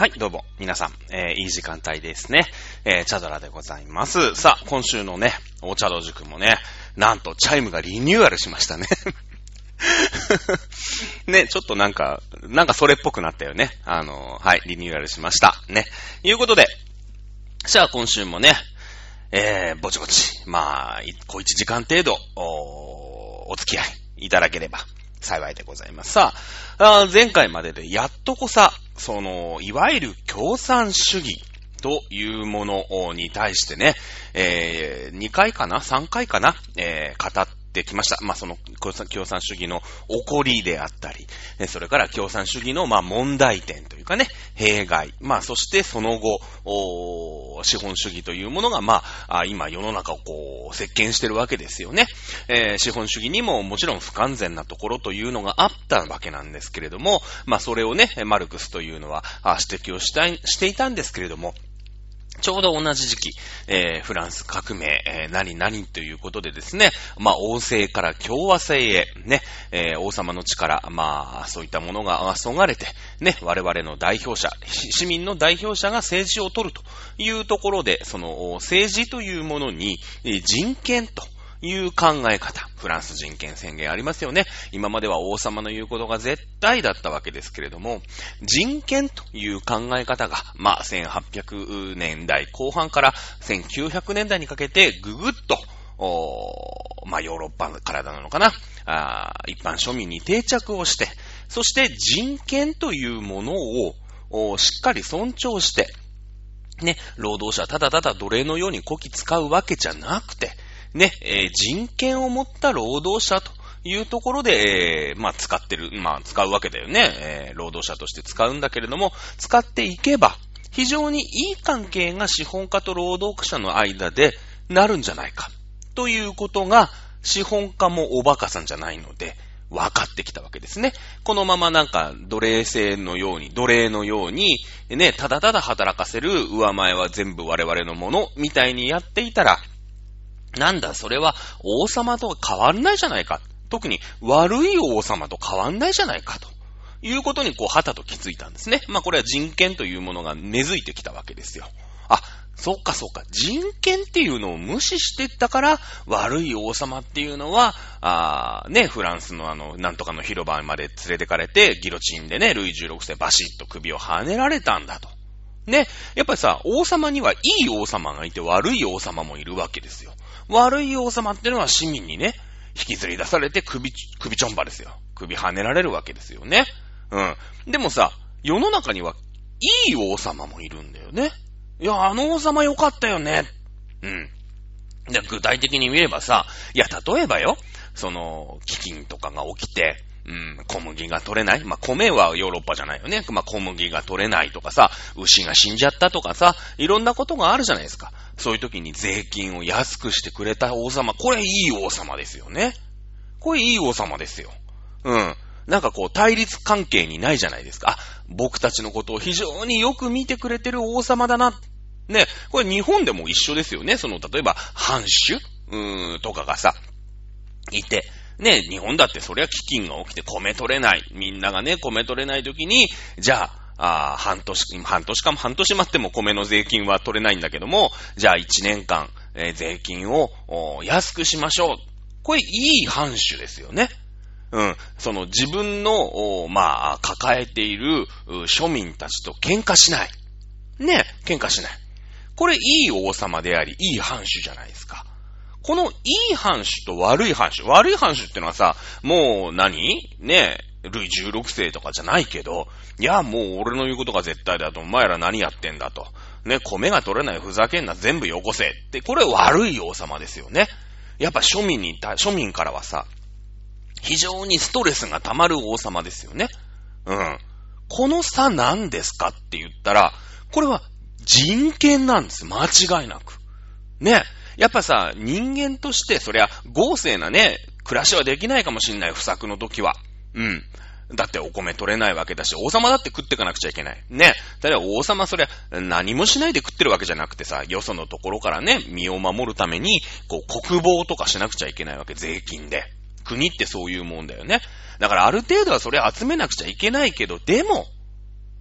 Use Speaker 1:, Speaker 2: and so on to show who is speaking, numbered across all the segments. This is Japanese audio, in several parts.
Speaker 1: はい、どうも、皆さん、いい時間帯ですね。チャドラでございます。さあ、今週のね、お茶道塾もね、なんと、チャイムがリニューアルしましたね。ね、ちょっとなんかそれっぽくなったよね。はい、リニューアルしました。ね。いうことで、じゃあ今週もね、ぼちぼち、小1時間程度、お付き合いいただければ幸いでございます。さあ、前回まででやっとこさ、いわゆる共産主義というものに対してね、2回かな ?3 回かな、語ってきました。共産主義の起こりであったり、それから共産主義の問題点というかね、弊害、そしてその後、資本主義というものが今世の中を席巻してるわけですよね。資本主義にももちろん不完全なところというのがあったわけなんですけれども、それをね、マルクスというのは指摘をしていたんですけれども、ちょうど同じ時期、フランス革命、何々ということでですね、王政から共和制へ、ね、王様の力、そういったものがそがれて、ね、我々の代表者、市民の代表者が政治を取るというところで、その政治というものに人権という考え方、フランス人権宣言ありますよね。今までは王様の言うことが絶対だったわけですけれども、人権という考え方が、1800年代後半から1900年代にかけてぐぐっと、ヨーロッパからなのかな、一般庶民に定着をして、そして人権というものをしっかり尊重して、ね、労働者ただただ奴隷のようにこき使うわけじゃなくて、ね、人権を持った労働者というところで、使うわけだよね。労働者として使うんだけれども、使っていけば、非常にいい関係が資本家と労働者の間でなるんじゃないか。ということが、資本家もおバカさんじゃないので、分かってきたわけですね。このまま奴隷のように、ね、ただただ働かせる上前は全部我々のもの、みたいにやっていたら、なんだ、それは王様と変わんないじゃないか。特に悪い王様と変わんないじゃないかということにはたと気づいたんですね。これは人権というものが根付いてきたわけですよ。そっか。人権っていうのを無視してったから、悪い王様っていうのは、フランスのなんとかの広場まで連れてかれて、ギロチンでね、ルイ16世バシッと首をはねられたんだと。ね。やっぱりさ、王様にはいい王様がいて悪い王様もいるわけですよ。悪い王様ってのは市民にね、引きずり出されて首ちょんばですよ。首跳ねられるわけですよね。でもさ、世の中にはいい王様もいるんだよね。いや、あの王様良かったよね。で、具体的に言えばさ、いや、例えばよ、飢饉とかが起きて、小麦が取れない。米はヨーロッパじゃないよね。小麦が取れないとかさ、牛が死んじゃったとかさ、いろんなことがあるじゃないですか。そういう時に税金を安くしてくれた王様、これいい王様ですよね。これいい王様ですよ。対立関係にないじゃないですか。僕たちのことを非常によく見てくれてる王様だな。ね、これ日本でも一緒ですよね。例えば、藩主とかがさ、いて、ね、日本だってそりゃ飢饉が起きて米取れない。みんながね、米取れない時に、じゃあ、半年待っても米の税金は取れないんだけども、じゃあ1年間、税金を安くしましょう。これいい藩主ですよね。自分の、抱えている庶民たちと喧嘩しない。ね、喧嘩しない。これいい王様であり、いい藩主じゃないですか。このいい藩主と悪い藩主。悪い藩主ってのはさ、もうね、ルイ16世とかじゃないけど、いや、もう俺の言うことが絶対だと、お前ら何やってんだと。ね、米が取れない、ふざけんな、全部よこせ。って、これ悪い王様ですよね。やっぱ庶民からはさ、非常にストレスが溜まる王様ですよね。この差何ですかって言ったら、これは人権なんです。間違いなく。ね。やっぱさ、人間として、そりゃ、豪勢なね、暮らしはできないかもしんない、不作の時は。だってお米取れないわけだし、王様だって食ってかなくちゃいけない。ね。ただ王様そりゃ、何もしないで食ってるわけじゃなくてさ、よそのところからね、身を守るために、国防とかしなくちゃいけないわけ、税金で。国ってそういうもんだよね。だからある程度はそれ集めなくちゃいけないけど、でも、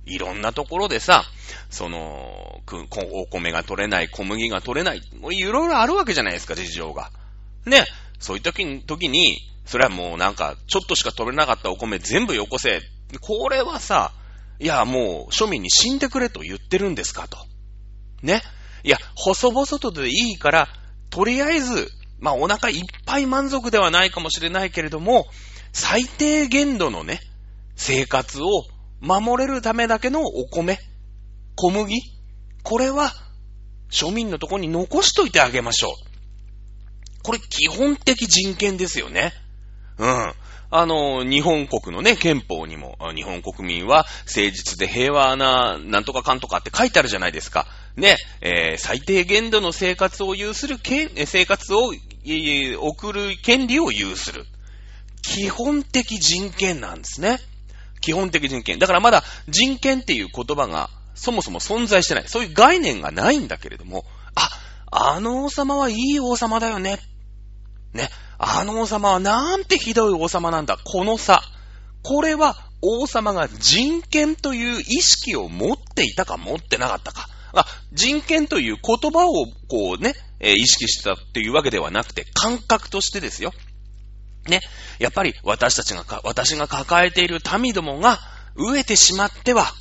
Speaker 1: いろんなところでさ、お米が取れない、小麦が取れない、いろいろあるわけじゃないですか、事情が。ね。そういう時に、それはもうなんか、ちょっとしか取れなかったお米全部よこせ。これはさ、いや、もう、庶民に死んでくれと言ってるんですかと。ね。いや、細々とでいいから、とりあえず、まあお腹いっぱい満足ではないかもしれないけれども、最低限度のね、生活を守れるためだけのお米、小麦、これは庶民のところに残しといてあげましょう。これ基本的人権ですよね。うん。日本国のね、憲法にも、日本国民は誠実で平和な、なんとかかんとかって書いてあるじゃないですか。ね、最低限度の生活を有する、生活を送る権利を有する。基本的人権なんですね。基本的人権。だからまだ人権っていう言葉がそもそも存在してない。そういう概念がないんだけれども、あの王様はいい王様だよね。ね。あの王様はなんてひどい王様なんだ。この差。これは王様が人権という意識を持っていたか持ってなかったか。人権という言葉をこうね、意識してたっていうわけではなくて、感覚としてですよ。ね。やっぱり私が抱えている民どもが飢えてしまっては、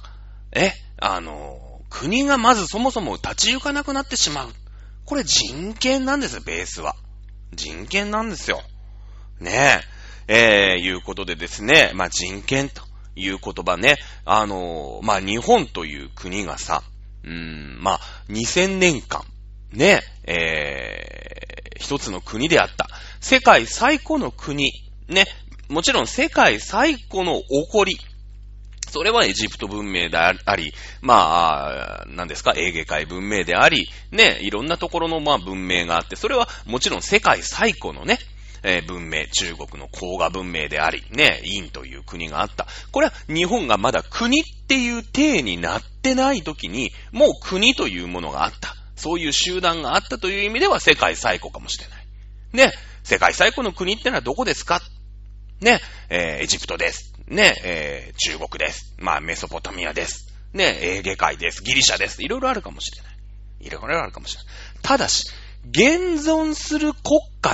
Speaker 1: 国がまずそもそも立ち行かなくなってしまう。これ人権なんですよ、ベースは。人権なんですよ。ねえ。いうことでですね、まあ、人権という言葉ね、まあ、日本という国がさ、まあ、2000年間、ね、一つの国であった。世界最古の国、ね、もちろん世界最古の起こり、それはエジプト文明であり、まあ、何ですか、エーゲ海文明であり、ね、いろんなところのまあ文明があって、それはもちろん世界最古のね、文明、中国の黄河文明であり、ね、殷という国があった。これは日本がまだ国っていう体になってない時に、もう国というものがあった。そういう集団があったという意味では世界最古かもしれない。ね、世界最古の国ってのはどこですか？ね、エジプトです。ね、中国です。まあ、メソポタミアです。ね、エーゲ海です。ギリシャです。いろいろあるかもしれない。いろいろあるかもしれない。ただし、現存する国家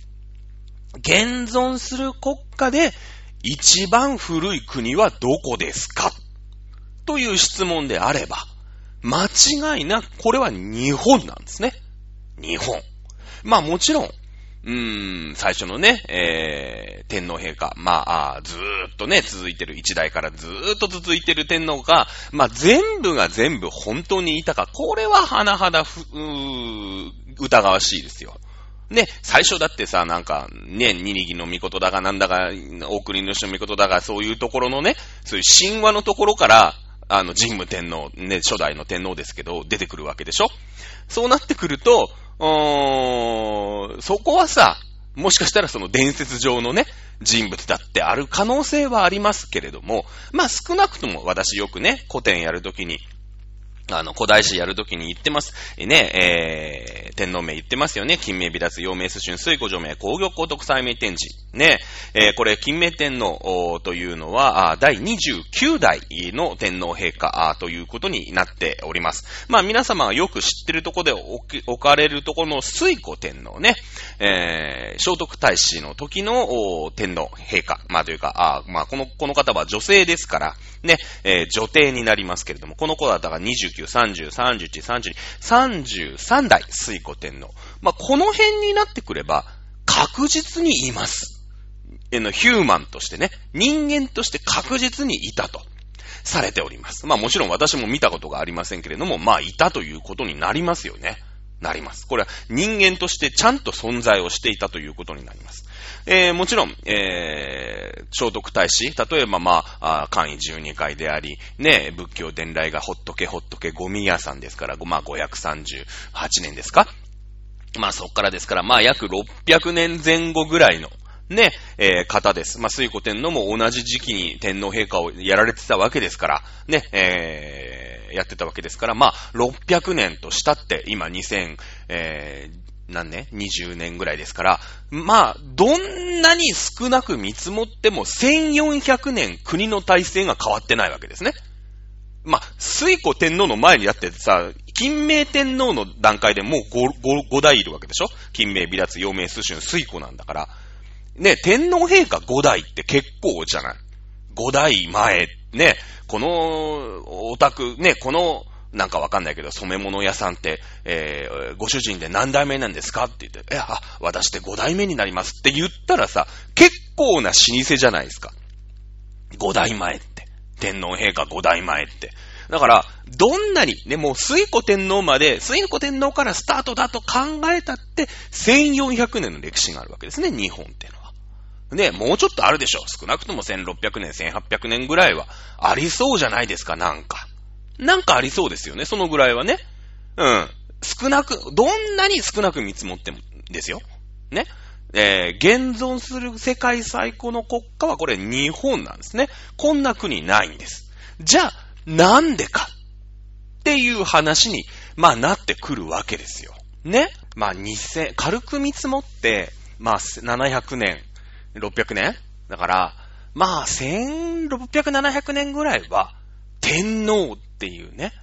Speaker 1: で、一番古い国はどこですか？という質問であれば、間違いなく、これは日本なんですね。日本。まあもちろん、最初のね、天皇陛下、まあ、ずーっとね、続いてる、一代からずーっと続いてる天皇が、まあ全部が全部本当にいたか、これは甚だ疑わしいですよ。ね、最初だってさ、なんか、ね、ニニギの御事だがなんだが、大国の人の御事だが、そういうところのね、そういう神話のところから、神武天皇、ね、初代の天皇ですけど、出てくるわけでしょ？そうなってくると、そこはさ、もしかしたらその伝説上のね、人物だってある可能性はありますけれども、まあ少なくとも私よくね、古典やるときに、古代史やるときに言ってます。ね、天皇名言ってますよね。金明美達、陽明崇春、水古上明、皇玉皇徳祭明天智。ね、これ、金明天皇というのは、第29代の天皇陛下ということになっております。まあ、皆様がよく知ってるところで置かれるところの水古天皇ね、聖徳太子の時の天皇陛下。まあ、というか、まあ、この方は女性ですから、ね、女帝になりますけれども、この子だったら29、30、31、32、33代水古天皇。まあ、この辺になってくれば、確実にいます。ヒューマンとしてね、人間として確実にいたとされております。まあもちろん私も見たことがありませんけれども、まあいたということになりますよね。なります。これは人間としてちゃんと存在をしていたということになります。もちろん、聖徳太子、例えば簡位12回であり、ね、仏教伝来がほっとけゴミ屋さんですから、まあ538年ですか？まあそっからですから、まあ約600年前後ぐらいの、ね、方です。まあ水古天皇も同じ時期に天皇陛下をやられてたわけですから、ね、やってたわけですから、まあ600年としたって、今何年 ?20 年ぐらいですから、まあ、どんなに少なく見積もっても1400年国の体制が変わってないわけですね。 推古天皇の前にだってさ、金明天皇の段階でもう5代いるわけでしょ？金明、微脱、陽明、崇春、推古なんだから。ね、天皇陛下5代って結構じゃない？ 5 代前、ね、このお宅、ね、この、なんかわかんないけど、染め物屋さんって、ご主人で何代目なんですかって言って、私で5代目になりますって言ったらさ、結構な老舗じゃないですか。5代前って。天皇陛下5代前って。だから、どんなに、ね、もう推古天皇まで、推古天皇からスタートだと考えたって、1400年の歴史があるわけですね、日本ってのは。ね、もうちょっとあるでしょ。少なくとも1600年、1800年ぐらいはありそうじゃないですか、なんかありそうですよね、そのぐらいはね。どんなに少なく見積もってもですよ。ね。現存する世界最古の国家はこれ日本なんですね。こんな国ないんです。じゃあ、なんでかっていう話に、なってくるわけですよ。ね。軽く見積もって、700年、600年だから、1600、700年ぐらいは、天皇っていうね、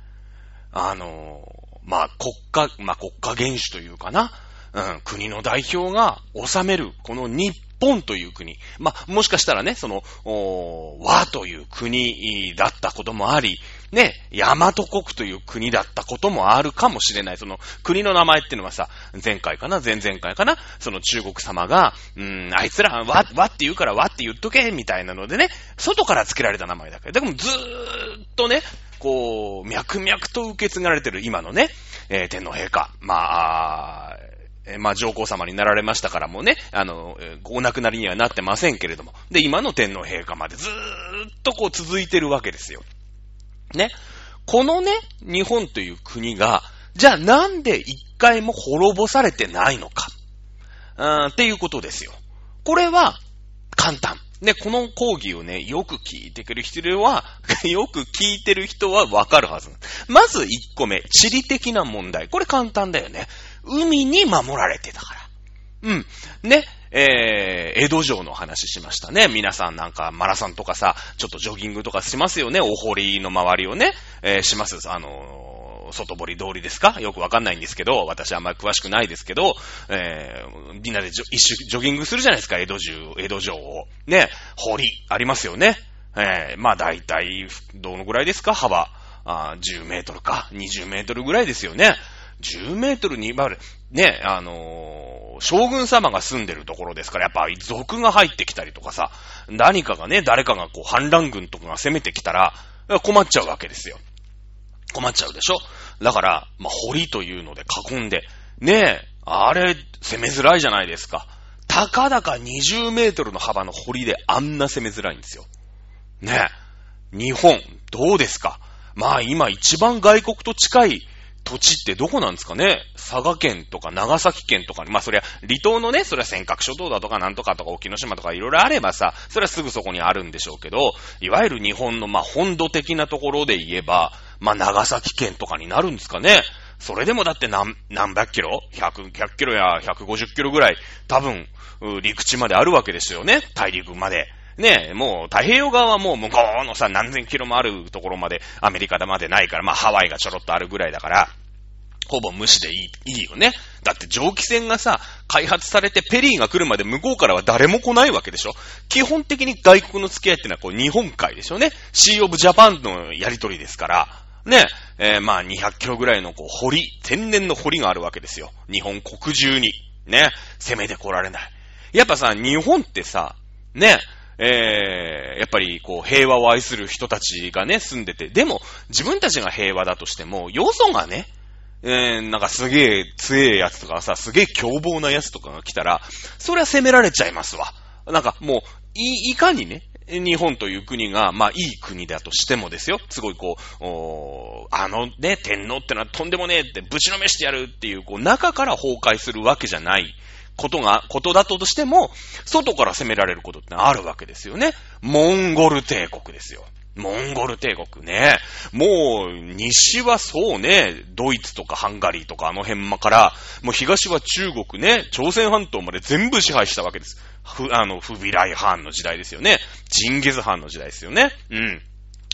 Speaker 1: 国家元首というかな、国の代表が治める、この日本という国。もしかしたらね、和という国だったこともあり、ね、大和国という国だったこともあるかもしれない。その国の名前っていうのはさ、前々回かな、その中国様が、あいつら和って言うから和って言っとけ、みたいなのでね、外から付けられた名前だけど、でもずーっとね、こう、脈々と受け継がれてる今のね、天皇陛下。上皇様になられましたからもうね、お亡くなりにはなってませんけれども。で、今の天皇陛下までずーっとこう続いてるわけですよ。ね。このね、日本という国が、じゃあなんで一回も滅ぼされてないのか。っていうことですよ。これは簡単。ね、この講義をね、よく聞いてる人はわかるはず。まず1個目、地理的な問題。これ簡単だよね。海に守られてたから。ね、江戸城の話しましたね。皆さんなんかマラソンとかさ、ちょっとジョギングとかしますよね。お堀の周りをね、します。外堀通りですか？よくわかんないんですけど、私あんまり詳しくないですけど、みんなで一周ジョギングするじゃないですか、江戸城を。ね、堀ありますよね。だいたい、どのぐらいですか？幅。10メートルか、20メートルぐらいですよね。10メートルに、ね、将軍様が住んでるところですから、やっぱ賊が入ってきたりとかさ、誰かがこう反乱軍とかが攻めてきたら、困っちゃうわけですよ。困っちゃうでしょ？だから、堀というので囲んで、ねえ、あれ、攻めづらいじゃないですか。たかだか20メートルの幅の堀であんな攻めづらいんですよ。ねえ、日本、どうですか？今一番外国と近い土地ってどこなんですかね？佐賀県とか長崎県とかに、そりゃ離島のね、そりゃ尖閣諸島だとかなんとかとか沖ノ島とかいろいろあればさ、それはすぐそこにあるんでしょうけど、いわゆる日本の本土的なところで言えば、長崎県とかになるんですかね。それでもだって何百キロ ?100 キロや150キロぐらい、多分、陸地まであるわけですよね。大陸まで。ねえ、もう太平洋側はもう向こうのさ、何千キロもあるところまで、アメリカまでないから、ハワイがちょろっとあるぐらいだから、ほぼ無視でいいよね。だって蒸気船がさ、開発されてペリーが来るまで向こうからは誰も来ないわけでしょ。基本的に外国の付き合いってのはこう日本海でしょね。シーオブジャパンのやりとりですから。ね、200キロぐらいのこう天然の堀があるわけですよ。日本国中に。ね、攻めてこられない。やっぱさ、日本ってさ、ね、やっぱりこう平和を愛する人たちがね、住んでて、でも自分たちが平和だとしても、よそがね、なんかすげえ強えやつとかさ、すげえ凶暴なやつとかが来たら、それは責められちゃいますわ。なんかもう、いかにね、日本という国が、いい国だとしてもですよ。すごいこう、ね、天皇ってのはとんでもねえってぶちのめしてやるっていう、こう、中から崩壊するわけじゃないことだとしても、外から攻められることってあるわけですよね。モンゴル帝国ですよ。モンゴル帝国ね。もう、西はそうね、ドイツとかハンガリーとかあの辺から、もう東は中国ね、朝鮮半島まで全部支配したわけです。フビライハンの時代ですよね。チンギスハンの時代ですよね。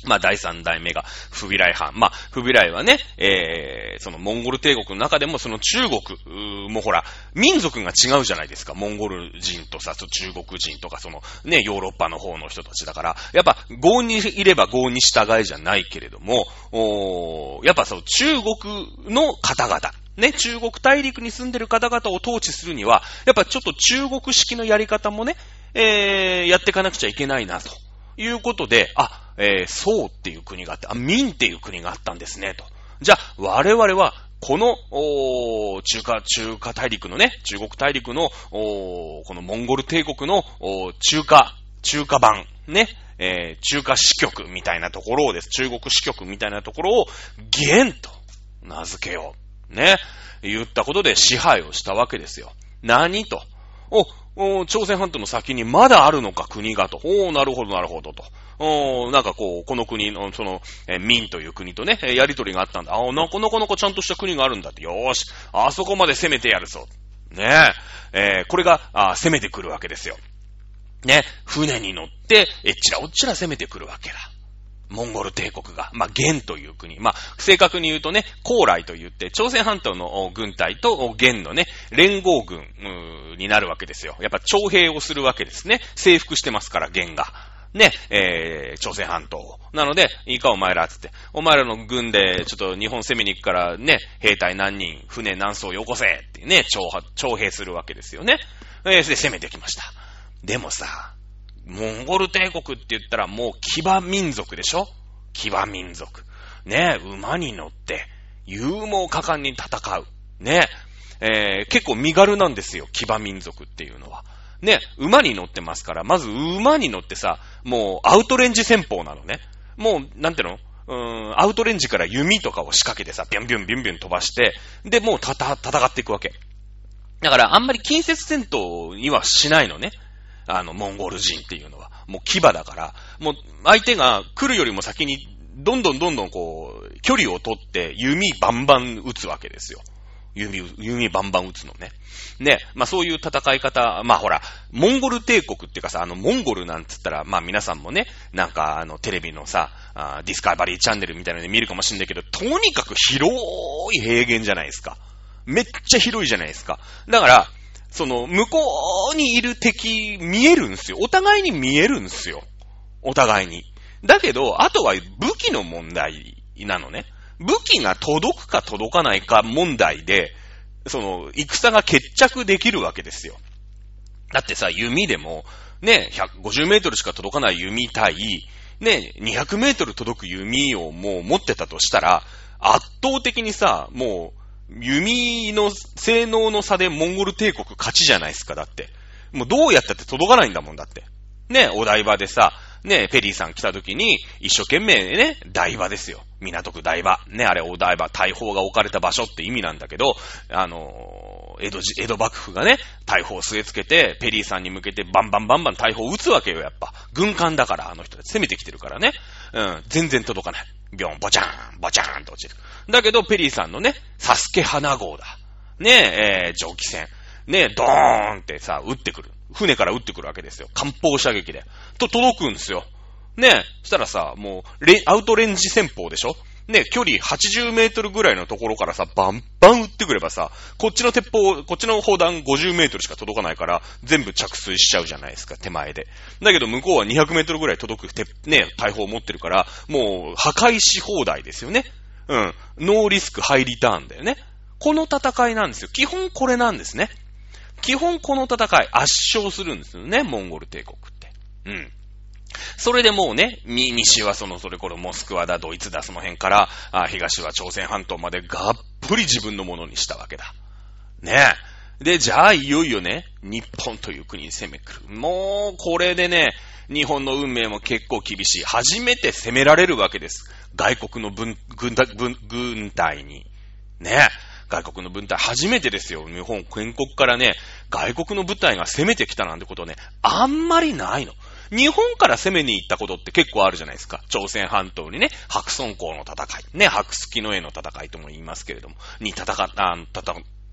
Speaker 1: まあ、第3代目が、フビライ藩。まあ、フビライはね、そのモンゴル帝国の中でも、その中国、もうほら、民族が違うじゃないですか。モンゴル人とさ、中国人とか、そのね、ヨーロッパの方の人たちだから、やっぱ、郷にいれば郷に従いじゃないけれども、やっぱそう、中国の方々、ね、中国大陸に住んでる方々を統治するには、やっぱちょっと中国式のやり方もね、やっていかなくちゃいけないな、ということで、宋っていう国があって、明っていう国があったんですね、と。じゃあ、我々は、この、中華大陸のね、中国大陸の、このモンゴル帝国の、中華版、ね、中華支局みたいなところをです、中国支局みたいなところを、元と名付けよう。ね、言ったことで支配をしたわけですよ。何と。朝鮮半島の先にまだあるのか国がと。なるほどなるほどと。なんかこう、この国の、明という国とね、やりとりがあったんだ。なかなかちゃんとした国があるんだって。よーし、あそこまで攻めてやるぞ。ねこれが、攻めてくるわけですよ。ね、船に乗って、ちらおっちら攻めてくるわけだ。モンゴル帝国が、まあ、元という国。まあ、正確に言うとね、高麗と言って、朝鮮半島の軍隊と元のね、連合軍になるわけですよ。やっぱ徴兵をするわけですね。征服してますから、元が。ね、朝鮮半島を。なので、いいかお前らつって、お前らの軍でちょっと日本攻めに行くからね、兵隊何人、船何艘よこせってね、徴兵するわけですよね。で、攻めてきました。でもさ、モンゴル帝国って言ったらもう騎馬民族でしょ？騎馬民族。ね、馬に乗って、勇猛果敢に戦う。ね、結構身軽なんですよ、騎馬民族っていうのは。ね、馬に乗ってますから、まず馬に乗ってさ、もうアウトレンジ戦法なのね。もう、なんていうの？アウトレンジから弓とかを仕掛けてさ、ビュンビュンビュンビュン飛ばして、で、もう戦っていくわけ。だから、あんまり近接戦闘にはしないのね。モンゴル人っていうのは。もう騎馬だから、もう相手が来るよりも先に、どんどんこう、距離を取って弓バンバン撃つわけですよ。弓バンバン撃つのね。ね、まあそういう戦い方、まあほら、モンゴル帝国っていうかさ、モンゴルなんつったら、まあ皆さんもね、なんかテレビのさ、ディスカバリーチャンネルみたいなので見るかもしれないけど、とにかく広い平原じゃないですか。めっちゃ広いじゃないですか。だから、向こうにいる敵見えるんですよ。お互いに見えるんですよ。お互いに。だけど、あとは武器の問題なのね。武器が届くか届かないか問題で、戦が決着できるわけですよ。だってさ、弓でも、ね、150メートルしか届かない弓対、ね、200メートル届く弓をもう持ってたとしたら、圧倒的にさ、もう、弓の性能の差でモンゴル帝国勝ちじゃないですか、だって。もうどうやったって届かないんだもんだって。ね、お台場でさ、ね、ペリーさん来た時に、一生懸命ね、台場ですよ。港区台場。ね、あれお台場、大砲が置かれた場所って意味なんだけど、江戸幕府がね、大砲を据え付けて、ペリーさんに向けてバンバン大砲を撃つわけよ、やっぱ。軍艦だから、あの人たち攻めてきてるからね。全然届かない。ビョン、ボチャーン、ボチャーンと落ちる。だけど、ペリーさんのね、サスケ花号だ。ね、蒸気船。ね、ドーンってさ、撃ってくる。船から撃ってくるわけですよ。艦砲射撃で。届くんですよ。ね、したらさ、もう、アウトレンジ戦法でしょ？ね、距離80メートルぐらいのところからさ、バンバン撃ってくればさ、こっちの砲弾50メートルしか届かないから、全部着水しちゃうじゃないですか、手前で。だけど向こうは200メートルぐらい届くね、大砲を持ってるから、もう、破壊し放題ですよね。ノーリスクハイリターンだよね。この戦いなんですよ。基本これなんですね。基本この戦い、圧勝するんですよね、モンゴル帝国って。それでもうね、西はそれこれモスクワだ、ドイツだ、その辺から、東は朝鮮半島までがっぷり自分のものにしたわけだ。ねえ。で、じゃあいよいよね、日本という国に攻め来る。もう、これでね、日本の運命も結構厳しい。初めて攻められるわけです。外国の軍隊に。ねえ。外国の部隊、初めてですよ。日本建国からね、外国の部隊が攻めてきたなんてことね、あんまりないの。日本から攻めに行ったことって結構あるじゃないですか。朝鮮半島にね、白村江の戦い、ね、白月の絵の戦いとも言いますけれども、に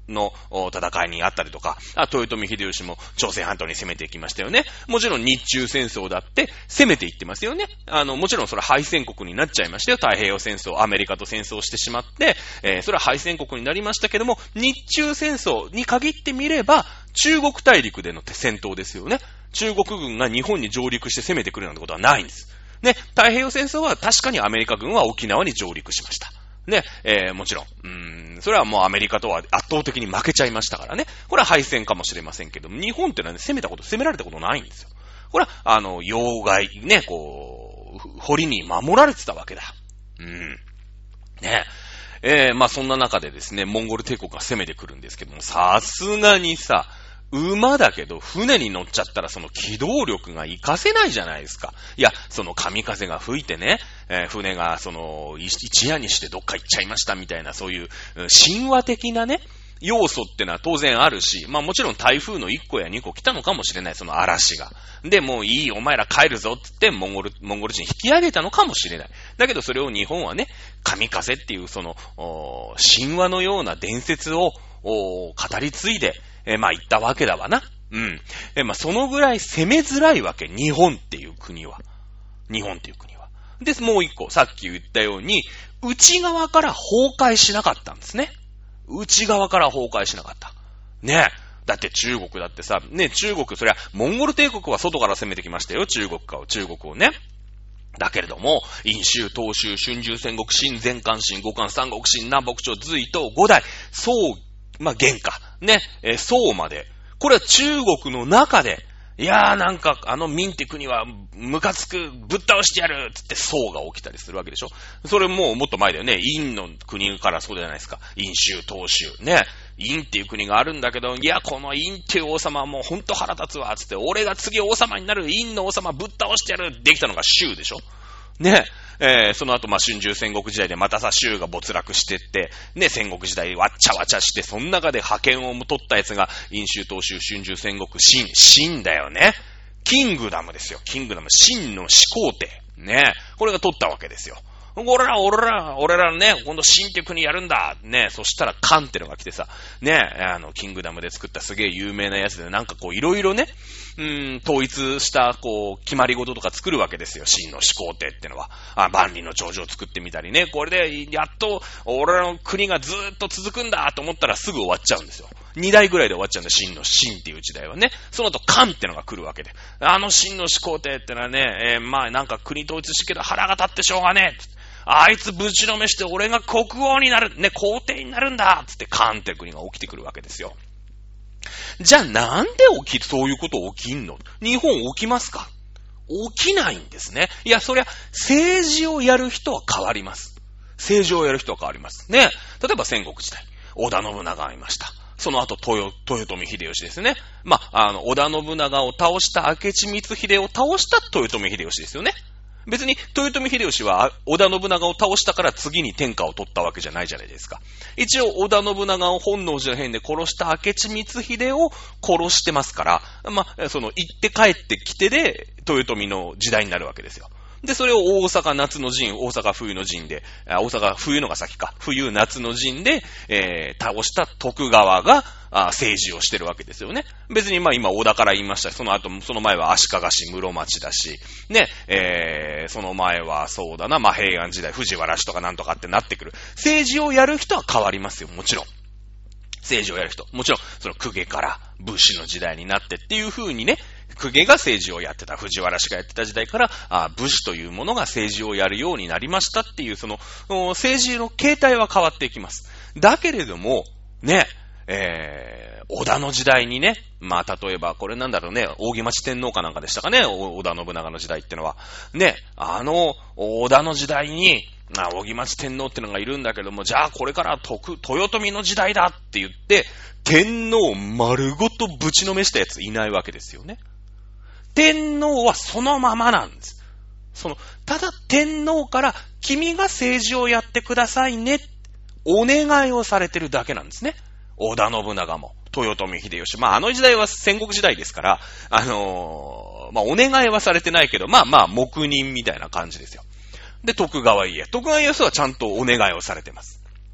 Speaker 1: の戦いにあったりとか、豊臣秀吉も朝鮮半島に攻めていきましたよね。もちろん日中戦争だって攻めていってますよね。もちろんそれは敗戦国になっちゃいましたよ。太平洋戦争、アメリカと戦争してしまって、それは敗戦国になりましたけども、日中戦争に限ってみれば、中国大陸での戦闘ですよね。中国軍が日本に上陸して攻めてくるなんてことはないんです。ね、太平洋戦争は確かにアメリカ軍は沖縄に上陸しました。ね、もちろん、それはもうアメリカとは圧倒的に負けちゃいましたからね。これは敗戦かもしれませんけども、日本ってのはね、攻められたことないんですよ。これは、要害、ね、堀に守られてたわけだ。ね。まあそんな中でですね、モンゴル帝国が攻めてくるんですけども、さすがにさ、馬だけど船に乗っちゃったらその機動力が活かせないじゃないですか。いや、その神風が吹いてね、船がその一夜にしてどっか行っちゃいましたみたいなそういう神話的なね、要素ってのは当然あるし、まあもちろん台風の1個や2個来たのかもしれない、その嵐が。で、もういい、お前ら帰るぞって言ってモンゴル人引き上げたのかもしれない。だけどそれを日本はね、神風っていうその神話のような伝説を語り継いで、まあ言ったわけだわな。まあそのぐらい攻めづらいわけ、日本っていう国は。で、もう一個、さっき言ったように、内側から崩壊しなかったんですね。内側から崩壊しなかった。ねえ。だって中国だってさ、ね、中国、そりゃ、モンゴル帝国は外から攻めてきましたよ、中国をね。だけれども、殷州、東州、春秋戦国、秦前漢秦、五漢三国秦、南北朝、隋唐、五代、宋、まあ、元か。ね、宋まで。これは中国の中で、いやーなんか明って国はムカつく、ぶっ倒してやるつって宋が起きたりするわけでしょ。それもっと前だよね。殷の国からそうじゃないですか。殷州、東州。ね。殷っていう国があるんだけど、いや、この殷っていう王様はもうほんと腹立つわつって、俺が次王様になる殷の王様ぶっ倒してやるできたのが州でしょ。ね。その後、まあ、春秋戦国時代でまたさ、州が没落してって、ね、戦国時代わっちゃわちゃして、その中で覇権を取ったやつが、殷州、東州、春秋戦国、秦だよね。キングダムですよ。秦の始皇帝。ね。これが取ったわけですよ。俺らね、今度秦って国やるんだ。ね。そしたら漢ってのが来てさ、ね、キングダムで作ったすげえ有名なやつで、なんかこういろいろね、統一したこう決まり事とか作るわけですよ。秦の始皇帝ってのは。万里の長城を作ってみたりね。これでやっと俺らの国がずーっと続くんだと思ったらすぐ終わっちゃうんですよ。2代ぐらいで終わっちゃうんだ。秦っていう時代はね。その後漢ってのが来るわけで。秦の始皇帝ってのはね、まあなんか国統一してけど腹が立ってしょうがねえ。あいつぶちのめして俺が国王になる、ね、皇帝になるんだつってカーンって国が起きてくるわけですよ。じゃあなんでそういうこと起きんの？日本起きますか？起きないんですね。いや、そりゃ政治をやる人は変わります。ね。例えば戦国時代、織田信長がいました。その後、豊臣秀吉ですね。まあ、織田信長を倒した明智光秀を倒した豊臣秀吉ですよね。別に豊臣秀吉は織田信長を倒したから次に天下を取ったわけじゃないじゃないですか。一応織田信長を本能寺の変で殺した明智光秀を殺してますから、まあ、その行って帰ってきてで豊臣の時代になるわけですよ。で、それを大阪夏の陣、大阪冬の陣で、大阪冬のが先か、冬夏の陣で、倒した徳川が政治をしてるわけですよね。別にまあ今小田から言いましたし、その前は足利市室町だし、ね、その前はそうだな、まあ平安時代、藤原氏とかなんとかってなってくる。政治をやる人は変わりますよ、もちろん。政治をやる人。もちろん、その公家から武士の時代になってっていう風にね、公家が政治をやってた、藤原氏がやってた時代から、武士というものが政治をやるようになりましたっていう、その、政治の形態は変わっていきます。だけれども、ね、織田の時代にね、まあ、例えば、これなんだろうね、扇町天皇かなんかでしたかね、織田信長の時代ってのは。ね、織田の時代に、扇町天皇ってのがいるんだけども、じゃあこれから豊臣の時代だって言って、天皇丸ごとぶちのめしたやついないわけですよね。天皇はそのままなんです。ただ天皇から君が政治をやってくださいね、お願いをされてるだけなんですね。織田信長も、豊臣秀吉。まあ、時代は戦国時代ですから、まあ、お願いはされてないけど、まあ、黙認みたいな感じですよ。で、徳川家康はちゃんとお願いをされてます。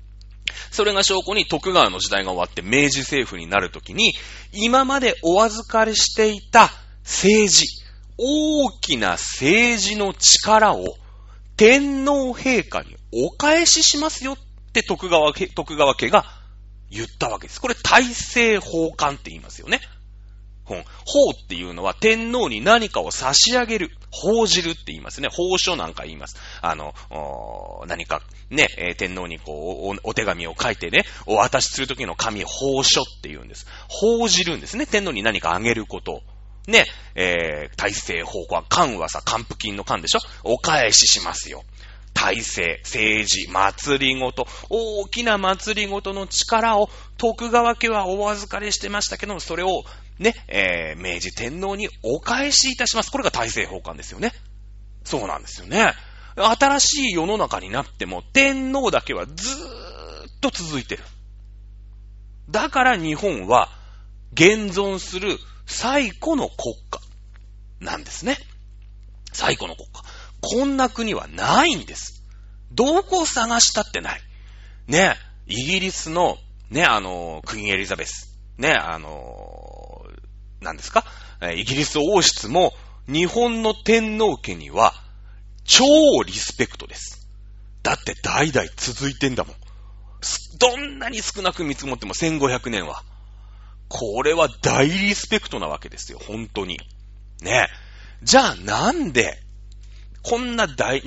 Speaker 1: それが証拠に徳川の時代が終わって明治政府になるときに、今までお預かりしていた政治、大きな政治の力を天皇陛下にお返ししますよって徳川家が言ったわけです。これ大政奉還って言いますよね。奉っていうのは天皇に何かを差し上げる、奉じるって言いますね。奉書なんか言います。何かね、天皇にこうお手紙を書いてね、お渡しするときの紙、奉書って言うんです。奉じるんですね。天皇に何かあげること。ね、大政奉還。還はさ、還付金の還でしょ？お返ししますよ。大政、政治、祭りごと、大きな祭りごとの力を徳川家はお預かりしてましたけど、それをね、明治天皇にお返しいたします。これが大政奉還ですよね。そうなんですよね。新しい世の中になっても天皇だけはずーっと続いてる。だから日本は現存する最古の国家なんですね。最古の国家。こんな国はないんです。どこを探したってない。ね、イギリスのね、クイーンエリザベス。ね、何ですか？イギリス王室も日本の天皇家には超リスペクトです。だって代々続いてんだもん。どんなに少なく見積もっても1500年は。これは大リスペクトなわけですよ、本当に。ね。じゃあなんで、こんな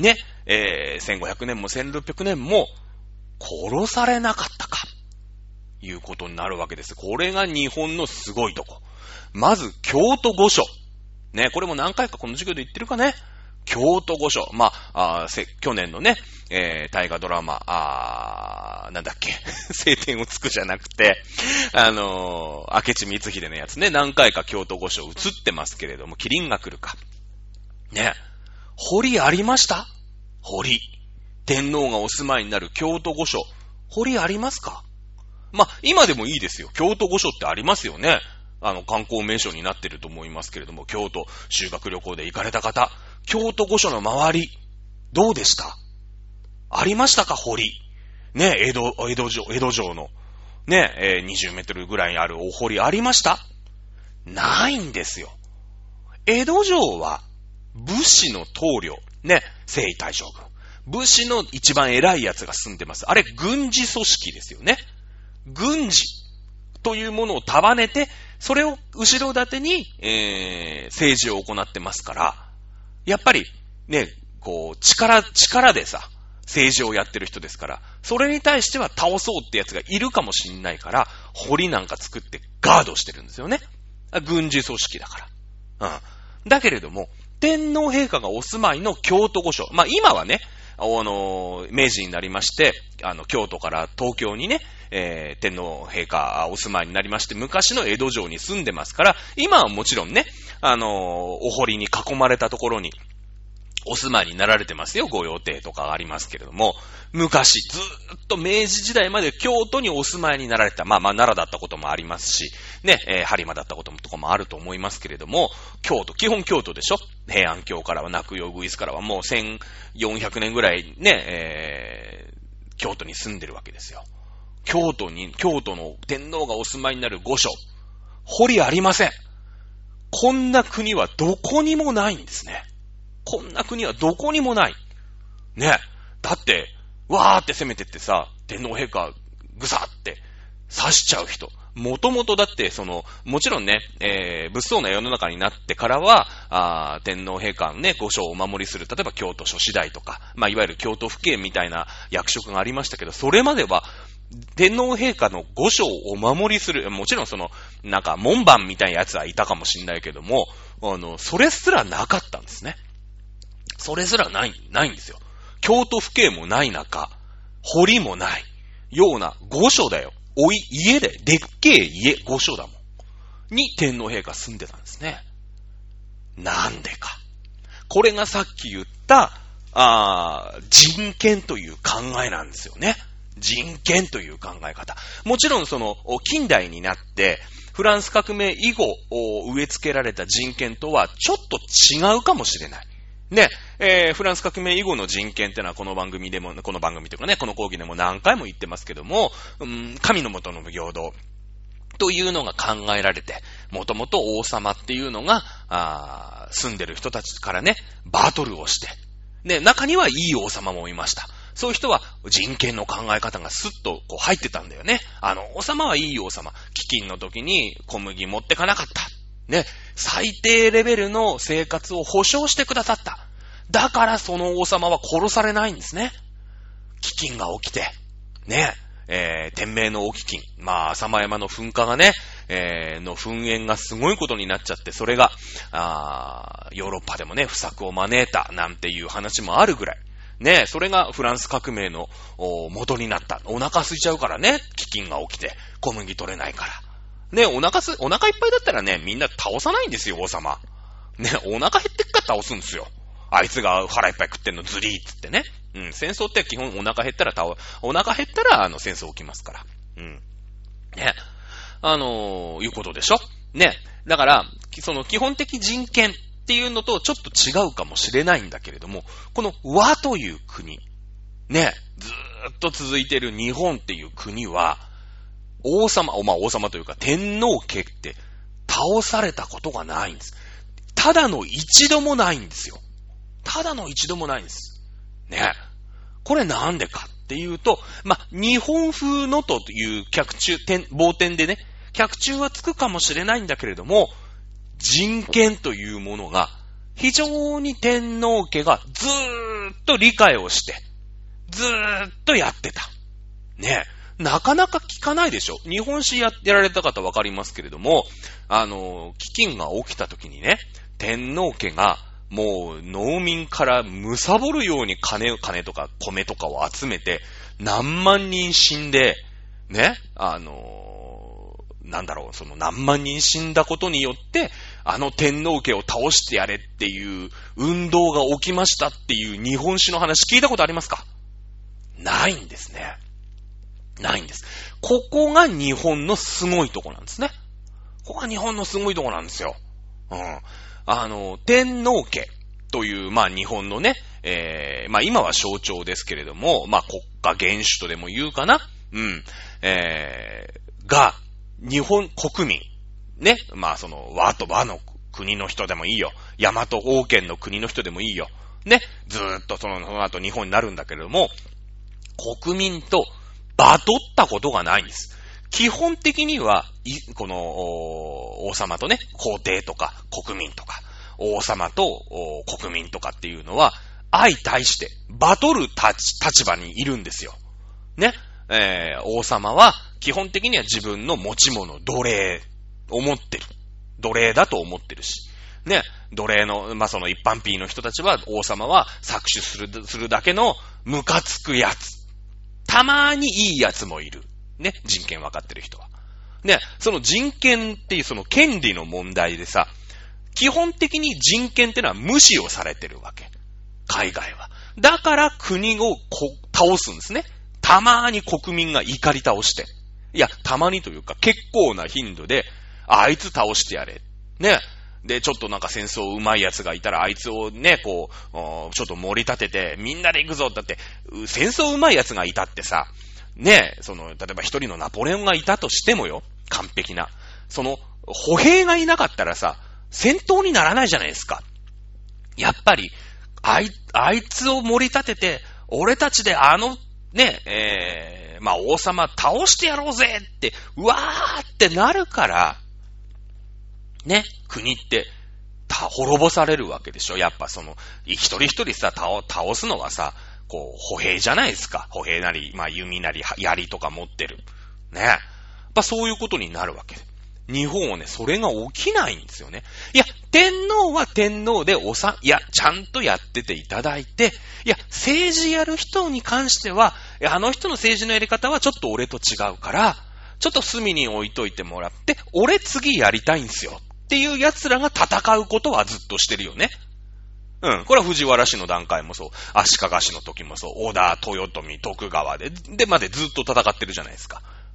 Speaker 1: 1500年も1600年も殺されなかったか、いうことになるわけです。これが日本のすごいとこ。まず、京都御所。ね、これも何回かこの授業で言ってるかね。京都御所。去年のね、大河ドラマ、なんだっけ、青天を衝くじゃなくて、明智光秀のやつね、何回か京都御所映ってますけれども、麒麟が来るか。ね、堀ありました？堀。天皇がお住まいになる京都御所。堀ありますか？今でもいいですよ。京都御所ってありますよね。観光名所になってると思いますけれども、京都修学旅行で行かれた方、京都御所の周り、どうでした？ありましたか、堀。ね、江戸城の、ね、20メートルぐらいにあるお堀ありました？ないんですよ。江戸城は、武士の棟梁、ね、征夷大将軍。武士の一番偉いやつが住んでます。あれ、軍事組織ですよね。軍事というものを束ねて、それを後ろ盾に、政治を行ってますから、やっぱりね、こう力でさ、政治をやってる人ですから、それに対しては倒そうってやつがいるかもしんないから、堀なんか作ってガードしてるんですよね。軍事組織だから。だけれども、天皇陛下がお住まいの京都御所。今はね、明治になりまして、京都から東京にね、天皇陛下お住まいになりまして、昔の江戸城に住んでますから、今はもちろんね、お堀に囲まれたところに、お住まいになられてますよ。御用邸とかありますけれども、昔、ずーっと明治時代まで京都にお住まいになられた。奈良だったこともありますし、ね、播磨だったこととかもあると思いますけれども、基本京都でしょ？平安京からは、泣くようぐいすからはもう1400年ぐらいね、京都に住んでるわけですよ。京都の天皇がお住まいになる御所、堀ありません。こんな国はどこにもないんですね。こんな国はどこにもない。ね。だって、わーって攻めてってさ、天皇陛下、ぐさって刺しちゃう人。もともとだって、もちろんね、物騒な世の中になってからは、天皇陛下のね、御所をお守りする、例えば京都諸子大とか、いわゆる京都府警みたいな役職がありましたけど、それまでは、天皇陛下の御所をお守りする、もちろんなんか門番みたいなやつはいたかもしれないけども、それすらなかったんですね。それすらないんですよ。京都府警もない中、堀もないような御所だよ。家で、でっけえ家、御所だもん。に天皇陛下住んでたんですね。なんでか。これがさっき言った、人権という考えなんですよね。人権という考え方。もちろん近代になって、フランス革命以後植え付けられた人権とはちょっと違うかもしれない。 ね、フランス革命以後の人権ってのはこの番組というかね、この講義でも何回も言ってますけども、神の下の平等というのが考えられて、もともと王様っていうのが、住んでる人たちからね、バトルをして、ね、中にはいい王様もいました。そういう人は人権の考え方がスッとこう入ってたんだよね。王様はいい王様。飢饉の時に小麦持ってかなかった。ね、最低レベルの生活を保障してくださった。だからその王様は殺されないんですね。飢饉が起きて、ね、天明の大飢饉。浅間山の噴火がね、の噴煙がすごいことになっちゃって、それが、ヨーロッパでもね、不作を招いたなんていう話もあるぐらい。ね、それがフランス革命の元になった。お腹空いちゃうからね、飢饉が起きて、小麦取れないから。ね、お腹いっぱいだったらね、みんな倒さないんですよ、王様。ね、お腹減ってっから倒すんですよ。あいつが腹いっぱい食ってんのずりーっつってね。戦争って基本お腹減ったら戦争起きますから。ね。いうことでしょ？ね。だから、その基本的人権っていうのとちょっと違うかもしれないんだけれども、この和という国、ね、ずーっと続いている日本っていう国は、王様というか天皇家って倒されたことがないんです。ただの一度もないんですよ。ただの一度もないんです。ね。これなんでかっていうと、日本風のという傍点でね、脚注はつくかもしれないんだけれども、人権というものが非常に天皇家がずーっと理解をして、ずーっとやってた。ね。なかなか聞かないでしょ。日本史やられた方わかりますけれども、飢饉が起きた時にね、天皇家がもう農民から貪るように金とか米とかを集めて、何万人死んで、ね、その何万人死んだことによって、天皇家を倒してやれっていう運動が起きましたっていう日本史の話聞いたことありますか？ないんですね。ないんです。ここが日本のすごいとこなんですね。ここが日本のすごいとこなんですよ。天皇家という、日本のね、今は象徴ですけれども、国家元首とでも言うかな。が、日本国民、ね、その和の国の人でもいいよ。大和王権の国の人でもいいよ。ね、ずーっとその後日本になるんだけれども、国民とバトったことがないんです。基本的には、この王様とね、皇帝とか国民とか、王様と国民とかっていうのは、相対してバトる立場にいるんですよ。ね。王様は基本的には自分の持ち物、奴隷を持ってる。奴隷だと思ってるし。ね。奴隷の、その一般 P の人たちは、王様は搾取するだけのムカつくやつ。たまにいいやつもいる。ね。人権わかってる人は。ね。その人権っていうその権利の問題でさ、基本的に人権ってのは無視をされてるわけ。海外は。だから国を倒すんですね。たまに国民が怒り倒して。いや、たまにというか結構な頻度で、あいつ倒してやれ。ね。で、ちょっとなんか戦争上手いやつがいたら、あいつをね、ちょっと盛り立てて、みんなで行くぞ。だって、戦争上手いやつがいたってさ、ね、例えば一人のナポレオンがいたとしてもよ、完璧な。歩兵がいなかったらさ、戦闘にならないじゃないですか。やっぱり、あいつを盛り立てて、俺たちで王様倒してやろうぜって、うわーってなるから、ね、国って、滅ぼされるわけでしょ。やっぱ一人一人さ、倒すのはさ、歩兵じゃないですか。歩兵なり、弓なり、槍とか持ってる。ね。やっぱそういうことになるわけで。日本はね、それが起きないんですよね。いや、天皇は天皇でちゃんとやってていただいて、いや、政治やる人に関しては、あの人の政治のやり方はちょっと俺と違うから、ちょっと隅に置いといてもらって、俺次やりたいんですよ。っていう奴らが戦うことはずっとしてるよね。これは藤原氏の段階もそう、足利氏の時もそう、織田、豊臣、徳川でずっと戦ってるじゃないですか。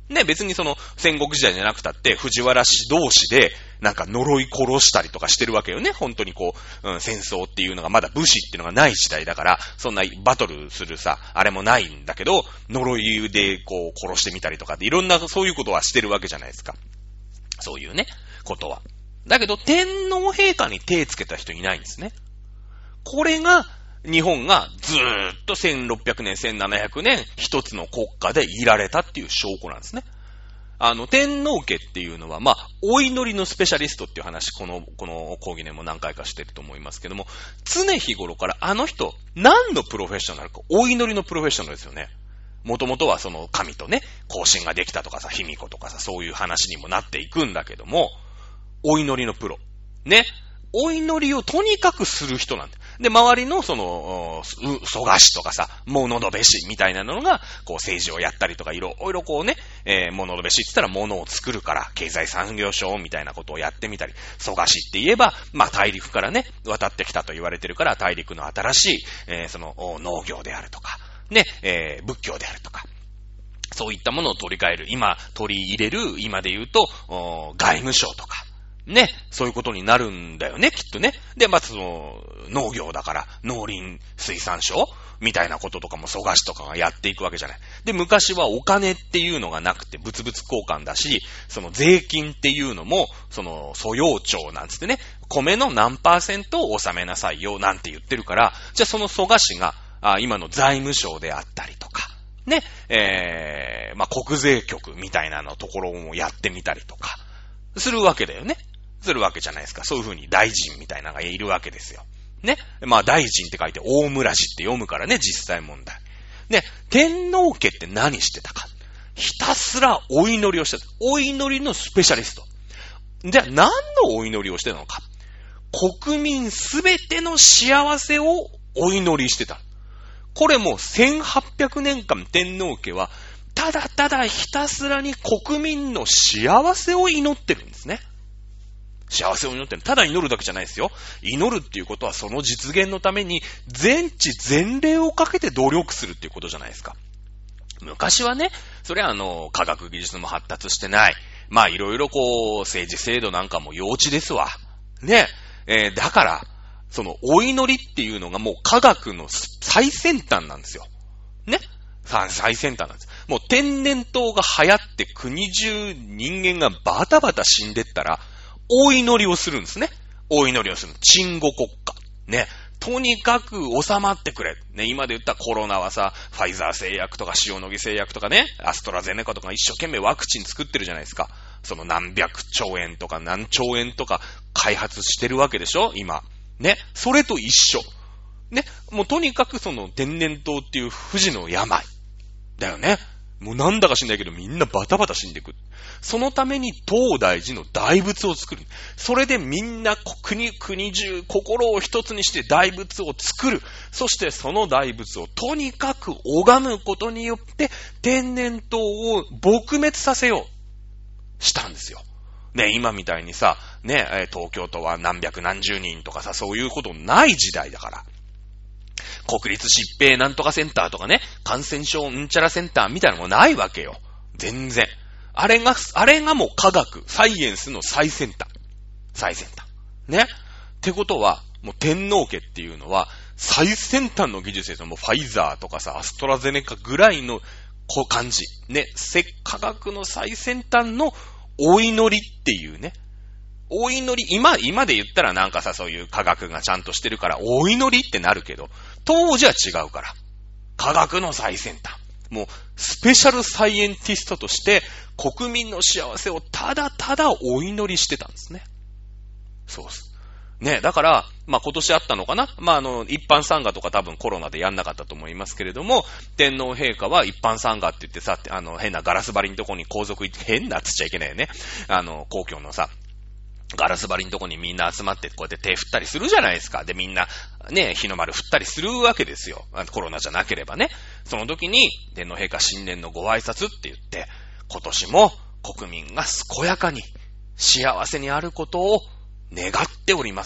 Speaker 1: ね、別にその戦国時代じゃなくたって藤原氏同士でなんか呪い殺したりとかしてるわけよね。本当にこう、戦争っていうのがまだ武士っていうのがない時代だから、そんなバトルするさ、あれもないんだけど、呪いでこう殺してみたりとかっていろんなそういうことはしてるわけじゃないですか。そういうね、ことは。だけど天皇陛下に手つけた人いないんですね。これが日本がずーっと1600年、1700年一つの国家でいられたっていう証拠なんですね。天皇家っていうのは、まあ、お祈りのスペシャリストっていう話、この講義でも何回かしてると思いますけども、常日頃からあの人、何のプロフェッショナルか、お祈りのプロフェッショナルですよね。もともとはその神とね、交信ができたとかさ、卑弥呼とかさ、そういう話にもなっていくんだけども、お祈りのプロ。ね。お祈りをとにかくする人なんだ。で、周りのその、蘇我氏とかさ、物戸部氏みたいなのが、こう政治をやったりとかいろいろこうね、物戸部氏って言ったら物を作るから、経済産業省みたいなことをやってみたり、蘇我氏って言えば、まあ大陸からね、渡ってきたと言われてるから、大陸の新しい、その農業であるとか、ね、仏教であるとか、そういったものを取り替える、今取り入れる、今で言うと、外務省とか、ね、そういうことになるんだよね、きっとね。で、まずその、農業だから、農林水産省みたいなこととかも蘇我氏とかがやっていくわけじゃない。で、昔はお金っていうのがなくて、物々交換だし、その税金っていうのも、その、租用庁なんつってね、米の何%を納めなさいよ、なんて言ってるから、じゃあその蘇我氏が、今の財務省であったりとか、ね、まあ、国税局みたいなのところもやってみたりとか、するわけだよね。するわけじゃないですか。そういう風に大臣みたいなのがいるわけですよ。ね。まあ大臣って書いて大村氏って読むからね、実際問題。ね。天皇家って何してたか。ひたすらお祈りをしてた。お祈りのスペシャリスト。じゃあ何のお祈りをしてたのか。国民すべての幸せをお祈りしてた。これもう1800年間天皇家はただただひたすらに国民の幸せを祈ってるんですね。幸せを祈ってる。ただ祈るだけじゃないですよ。祈るっていうことはその実現のために全知全霊をかけて努力するっていうことじゃないですか。昔はね、それは科学技術も発達してない。まあいろいろこう政治制度なんかも幼稚ですわ。ね。だから、そのお祈りっていうのがもう科学の最先端なんですよ。ね。最先端なんです。もう天然痘が流行って国中人間がバタバタ死んでったら、お祈りをするんですね。お祈りをする。鎮護国家。ね。とにかく収まってくれ。ね。今で言ったコロナはさ、ファイザー製薬とか塩野義製薬とかね、アストラゼネカとか一生懸命ワクチン作ってるじゃないですか。その何百兆円とか何兆円とか開発してるわけでしょ今。ね。それと一緒。ね。もうとにかくその天然痘っていう不治の病。だよね。もうなんだか知んないけどみんなバタバタ死んでくる。そのために東大寺の大仏を作る。それでみんな国中心を一つにして大仏を作る。そしてその大仏をとにかく拝むことによって天然痘を撲滅させようしたんですよ。ね、今みたいにさ、ね、東京都は何百何十人とかさ、そういうことない時代だから。国立疾病なんとかセンターとかね、感染症うんちゃらセンターみたいなのもないわけよ。全然。あれがもう科学、サイエンスの最先端。最先端。ね。ってことは、もう天皇家っていうのは、最先端の技術ですよ。もうファイザーとかさ、アストラゼネカぐらいの感じ。ね。科学の最先端のお祈りっていうね。お祈り、今で言ったらなんかさ、そういう科学がちゃんとしてるから、お祈りってなるけど、当時は違うから。科学の最先端。もう、スペシャルサイエンティストとして、国民の幸せをただただお祈りしてたんですね。そうです。ね、だから、まあ、今年あったのかな？まあ、一般参賀とか多分コロナでやんなかったと思いますけれども、天皇陛下は一般参賀って言ってさ、変なガラス張りのとこに皇族行って、変なっつっちゃいけないよね。皇居のさ、ガラス張りのとこにみんな集まってこうやって手振ったりするじゃないですか。で、みんなね、日の丸振ったりするわけですよ。コロナじゃなければね。その時に天皇陛下新年のご挨拶って言って、今年も国民が健やかに幸せにあることを願っておりますって。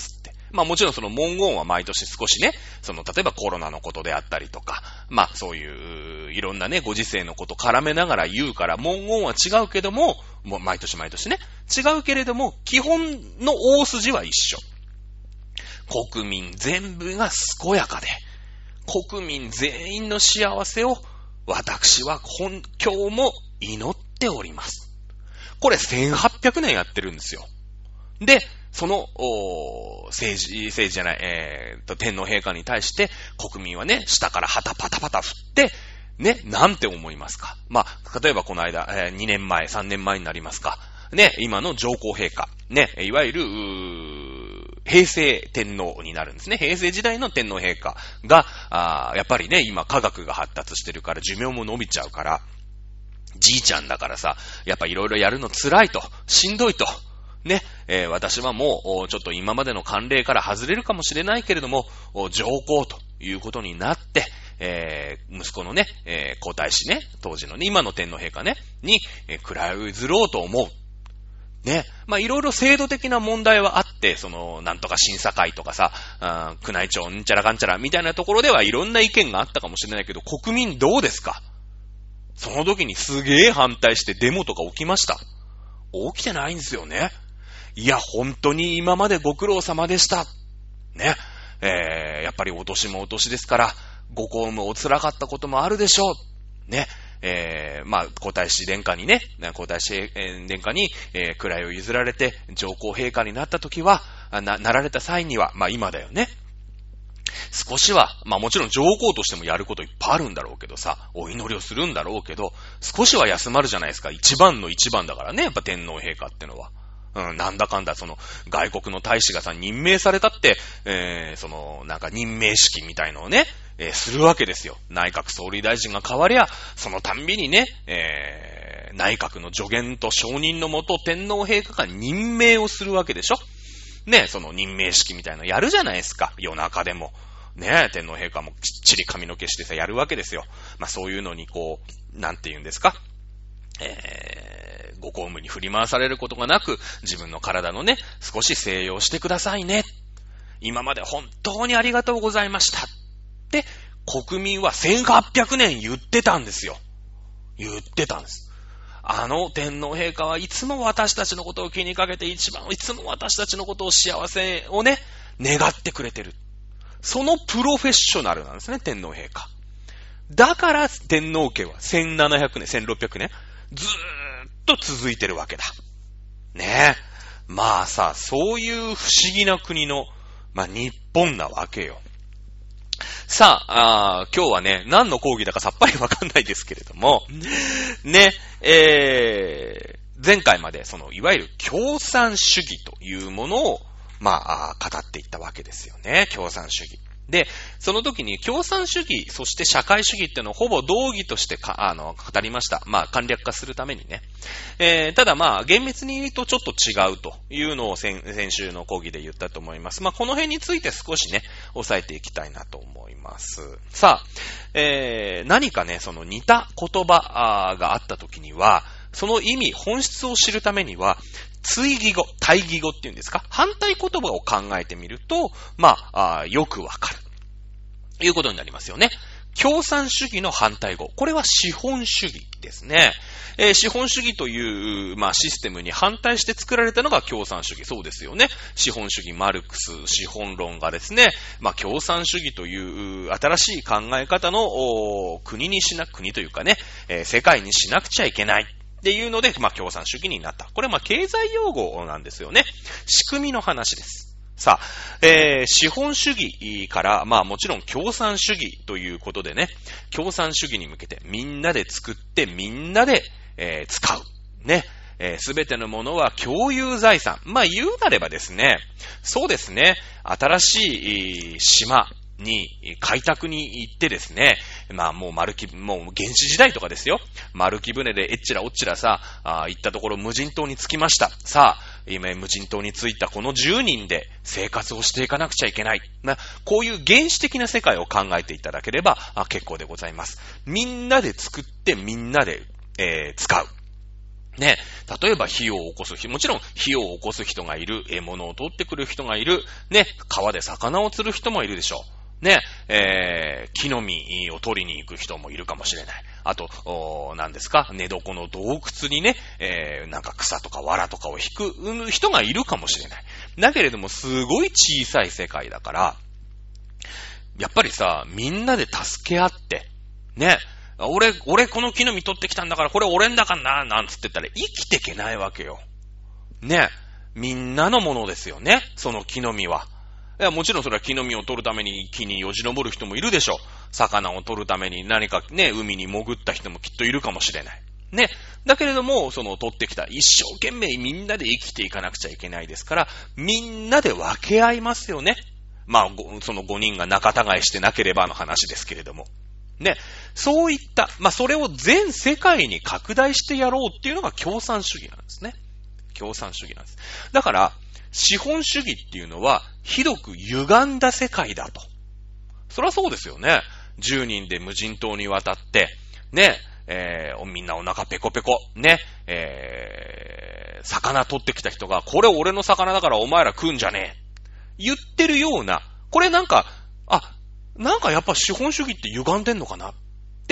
Speaker 1: まあもちろんその文言は毎年少しね、例えばコロナのことであったりとか、まあそういういろんなね、ご時世のこと絡めながら言うから、文言は違うけども、もう毎年ね、違うけれども、基本の大筋は一緒。国民全部が健やかで、国民全員の幸せを私は今日も祈っております。これ1800年やってるんですよ。で、その、政治じゃない、天皇陛下に対して国民はね、下から旗パタパタ振って、ね、なんて思いますか。まあ、例えばこの間、2年前、3年前になりますか。ね、今の上皇陛下。ね、いわゆる、平成天皇になるんですね。平成時代の天皇陛下が、やっぱりね、今科学が発達してるから寿命も伸びちゃうから、じいちゃんだからさ、やっぱいろいろやるの辛いと、しんどいと。ね、私はもう、ちょっと今までの慣例から外れるかもしれないけれども、上皇ということになって、息子のね、皇太子ね、当時のね、今の天皇陛下ね、に、位を譲ろうと思う。ね。まあ、いろいろ制度的な問題はあって、なんとか審査会とかさ、宮内庁んちゃらかんちゃらみたいなところではいろんな意見があったかもしれないけど、国民どうですか？その時にすげえ反対してデモとか起きました？起きてないんですよね。いや、本当に今までご苦労様でした。ね。やっぱりお年もお年ですから、ご公務お辛かったこともあるでしょう。ね。まあ、皇太子殿下にね、皇太子殿下に、位を譲られて上皇陛下になった時は、なられた際には、まあ今だよね。少しは、まあもちろん上皇としてもやることいっぱいあるんだろうけどさ、お祈りをするんだろうけど、少しは休まるじゃないですか。一番の一番だからね、やっぱ天皇陛下ってのは。なんだかんだ、外国の大使がさ、任命されたって、なんか任命式みたいのをね、するわけですよ。内閣総理大臣が変わりゃ、そのたんびにね、内閣の助言と承認のもと、天皇陛下が任命をするわけでしょ。ね、その任命式みたいなのやるじゃないですか。夜中でも。ね、天皇陛下もきっちり髪の毛してさ、やるわけですよ。まあそういうのにこう、なんて言うんですか。ご公務に振り回されることがなく、自分の体のね、少し静養してくださいね。今まで本当にありがとうございました。って、国民は1800年言ってたんですよ。言ってたんです。天皇陛下はいつも私たちのことを気にかけていつも私たちのことを幸せをね、願ってくれてる。そのプロフェッショナルなんですね、天皇陛下。だから天皇家は1700年、1600年、ずーっと続いてるわけだ。ねえ。まあさ、そういう不思議な国の、まあ日本なわけよ。さあ、今日はね、何の講義だかさっぱりわかんないですけれども、ね、前回までいわゆる共産主義というものを、まあ、語っていったわけですよね。共産主義。で、その時に共産主義、そして社会主義っていうのをほぼ同義として語りました。まあ、簡略化するためにね。ただまあ、厳密に言うとちょっと違うというのを先週の講義で言ったと思います。まあ、この辺について少しね、押さえていきたいなと思います。さあ、何かね、似た言葉があった時には、その意味、本質を知るためには、対義語っていうんですか、反対言葉を考えてみると、まあ、よくわかる。いうことになりますよね。共産主義の反対語。これは資本主義ですね。資本主義という、まあ、システムに反対して作られたのが共産主義。そうですよね。資本主義、マルクス、資本論がですね、まあ、共産主義という新しい考え方の国というかね、世界にしなくちゃいけない。っていうので、まあ、共産主義になった。これはまあ、経済用語なんですよね。仕組みの話です。さあ、資本主義から、まあもちろん共産主義ということでね、共産主義に向けてみんなで作ってみんなで、使う。ね。すべてのものは共有財産。まあ言うなればですね、そうですね、新しい島に開拓に行ってですね、まあもう原始時代とかですよ。丸木船でえっちらおっちらさ、行ったところ無人島に着きました。さあ、今無人島に着いたこの10人で生活をしていかなくちゃいけない。こういう原始的な世界を考えていただければ結構でございます。みんなで作ってみんなで、使う。 ね、例えば火を起こす人、もちろん火を起こす人がいる、獲物を取ってくる人がいる、ね、川で魚を釣る人もいるでしょう。ね、木の実を取りに行く人もいるかもしれない。あと、何ですか、寝床の洞窟にね、なんか草とか藁とかを引く人がいるかもしれない。だけれども、すごい小さい世界だから、やっぱりさ、みんなで助け合って、ね、俺この木の実取ってきたんだからこれ俺んだからな、なんつって言ったら生きていけないわけよ。ね。みんなのものですよね。その木の実は。いや、もちろんそれは木の実を取るために木によじ登る人もいるでしょ。魚を取るために何かね、海に潜った人もきっといるかもしれない。ね。だけれども、その取ってきた一生懸命みんなで生きていかなくちゃいけないですから、みんなで分け合いますよね。まあ、その5人が仲違いしてなければの話ですけれども。ね、そういった、まあ、それを全世界に拡大してやろうっていうのが共産主義なんですね。共産主義なんです。だから、資本主義っていうのは、ひどく歪んだ世界だと。そりゃそうですよね。10人で無人島に渡って、ね、みんなお腹ペコペコ、ね、魚取ってきた人が、これ俺の魚だからお前ら食うんじゃねえ。言ってるような、これなんかやっぱ資本主義って歪んでんのかなって、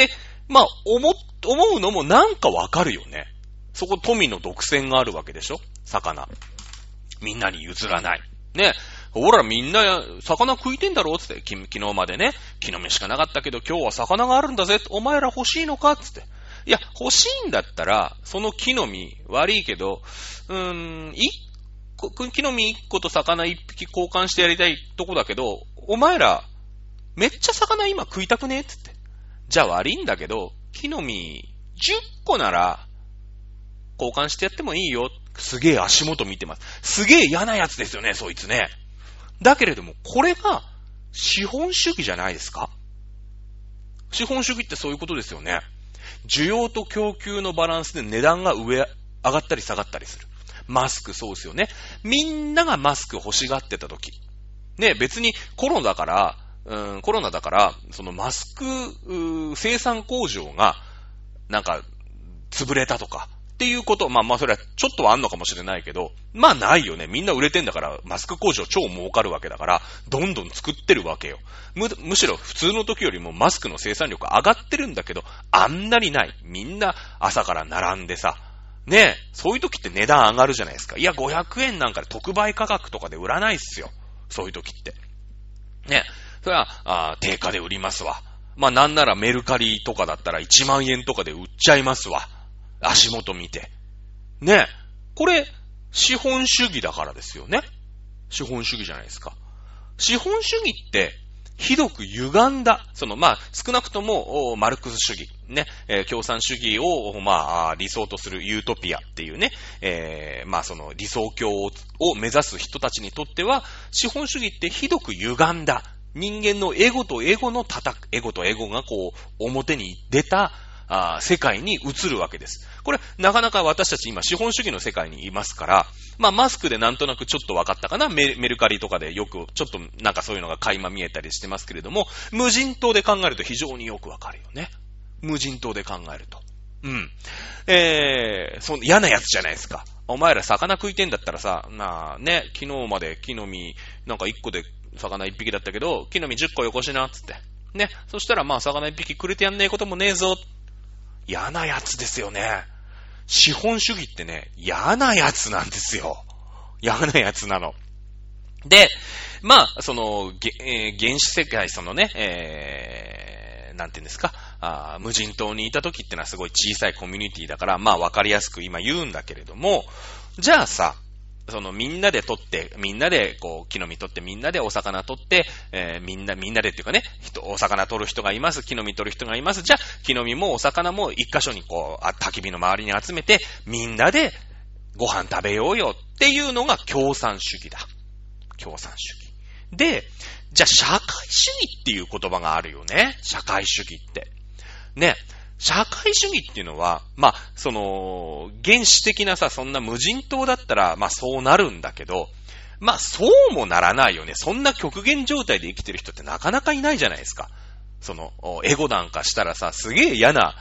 Speaker 1: まあ、思うのもなんかわかるよね。そこ富の独占があるわけでしょ？魚。みんなに譲らない。ね。ほらみんな魚食いてんだろうつって、昨日までね、木の実しかなかったけど今日は魚があるんだぜ。お前ら欲しいのかつって。いや、欲しいんだったら、その木の実、悪いけど、木の実1個と魚1匹交換してやりたいとこだけど、お前ら、めっちゃ魚今食いたくねえって言って。じゃあ悪いんだけど、木の実10個なら交換してやってもいいよ。すげえ足元見てます。すげえ嫌なやつですよね、そいつね。だけれども、これが資本主義じゃないですか？資本主義ってそういうことですよね。需要と供給のバランスで値段が上がったり下がったりする。マスクそうですよね。みんながマスク欲しがってた時。ね、別にコロナだから、そのマスク生産工場が、なんか、潰れたとか、っていうこと、まあそれはちょっとはあんのかもしれないけど、まあないよね。みんな売れてんだから、マスク工場超儲かるわけだから、どんどん作ってるわけよ。むしろ普通の時よりもマスクの生産力上がってるんだけど、あんなにない。みんな朝から並んでさ、ねえ、そういう時って値段上がるじゃないですか。いや、500円なんかで特売価格とかで売らないっすよ。そういう時って。ねえ。それは、定価で売りますわ。まあ、なんならメルカリとかだったら1万円とかで売っちゃいますわ。足元見て。ね。これ、資本主義だからですよね。資本主義じゃないですか。資本主義って、ひどく歪んだ、少なくとも、マルクス主義、ね、共産主義を、理想とするユートピアっていうね、理想郷を目指す人たちにとっては、資本主義ってひどく歪んだ、人間のエゴとエゴがこう、表に出た、世界に移るわけです。これ、なかなか私たち今資本主義の世界にいますから、マスクでなんとなくちょっと分かったかな、メルカリとかでよくちょっとなんかそういうのが垣間見えたりしてますけれども、無人島で考えると非常によく分かるよね。無人島で考えると。嫌なやつじゃないですか。お前ら魚食いてんだったらさ、昨日まで木の実なんか1個で魚1匹だったけど、木の実10個よこしな、つって。ね。そしたら魚1匹くれてやんねえこともねえぞ。嫌なやつですよね。資本主義ってね、嫌なやつなんですよ。嫌なやつなの。で、原始世界、なんていうんですか、無人島にいた時ってのはすごい小さいコミュニティだから、わかりやすく今言うんだけれども、じゃあさ、みんなで取って、みんなで木の実取って、みんなでお魚取って、みんなでっていうかね、お魚取る人がいます、木の実取る人がいます。じゃあ、木の実もお魚も一箇所に焚き火の周りに集めて、みんなでご飯食べようよっていうのが共産主義だ。共産主義。で、じゃあ、社会主義っていう言葉があるよね。社会主義って。ね。社会主義っていうのは、原始的なさ、そんな無人島だったら、そうなるんだけど、そうもならないよね。そんな極限状態で生きてる人ってなかなかいないじゃないですか。エゴなんかしたらさ、すげえ嫌な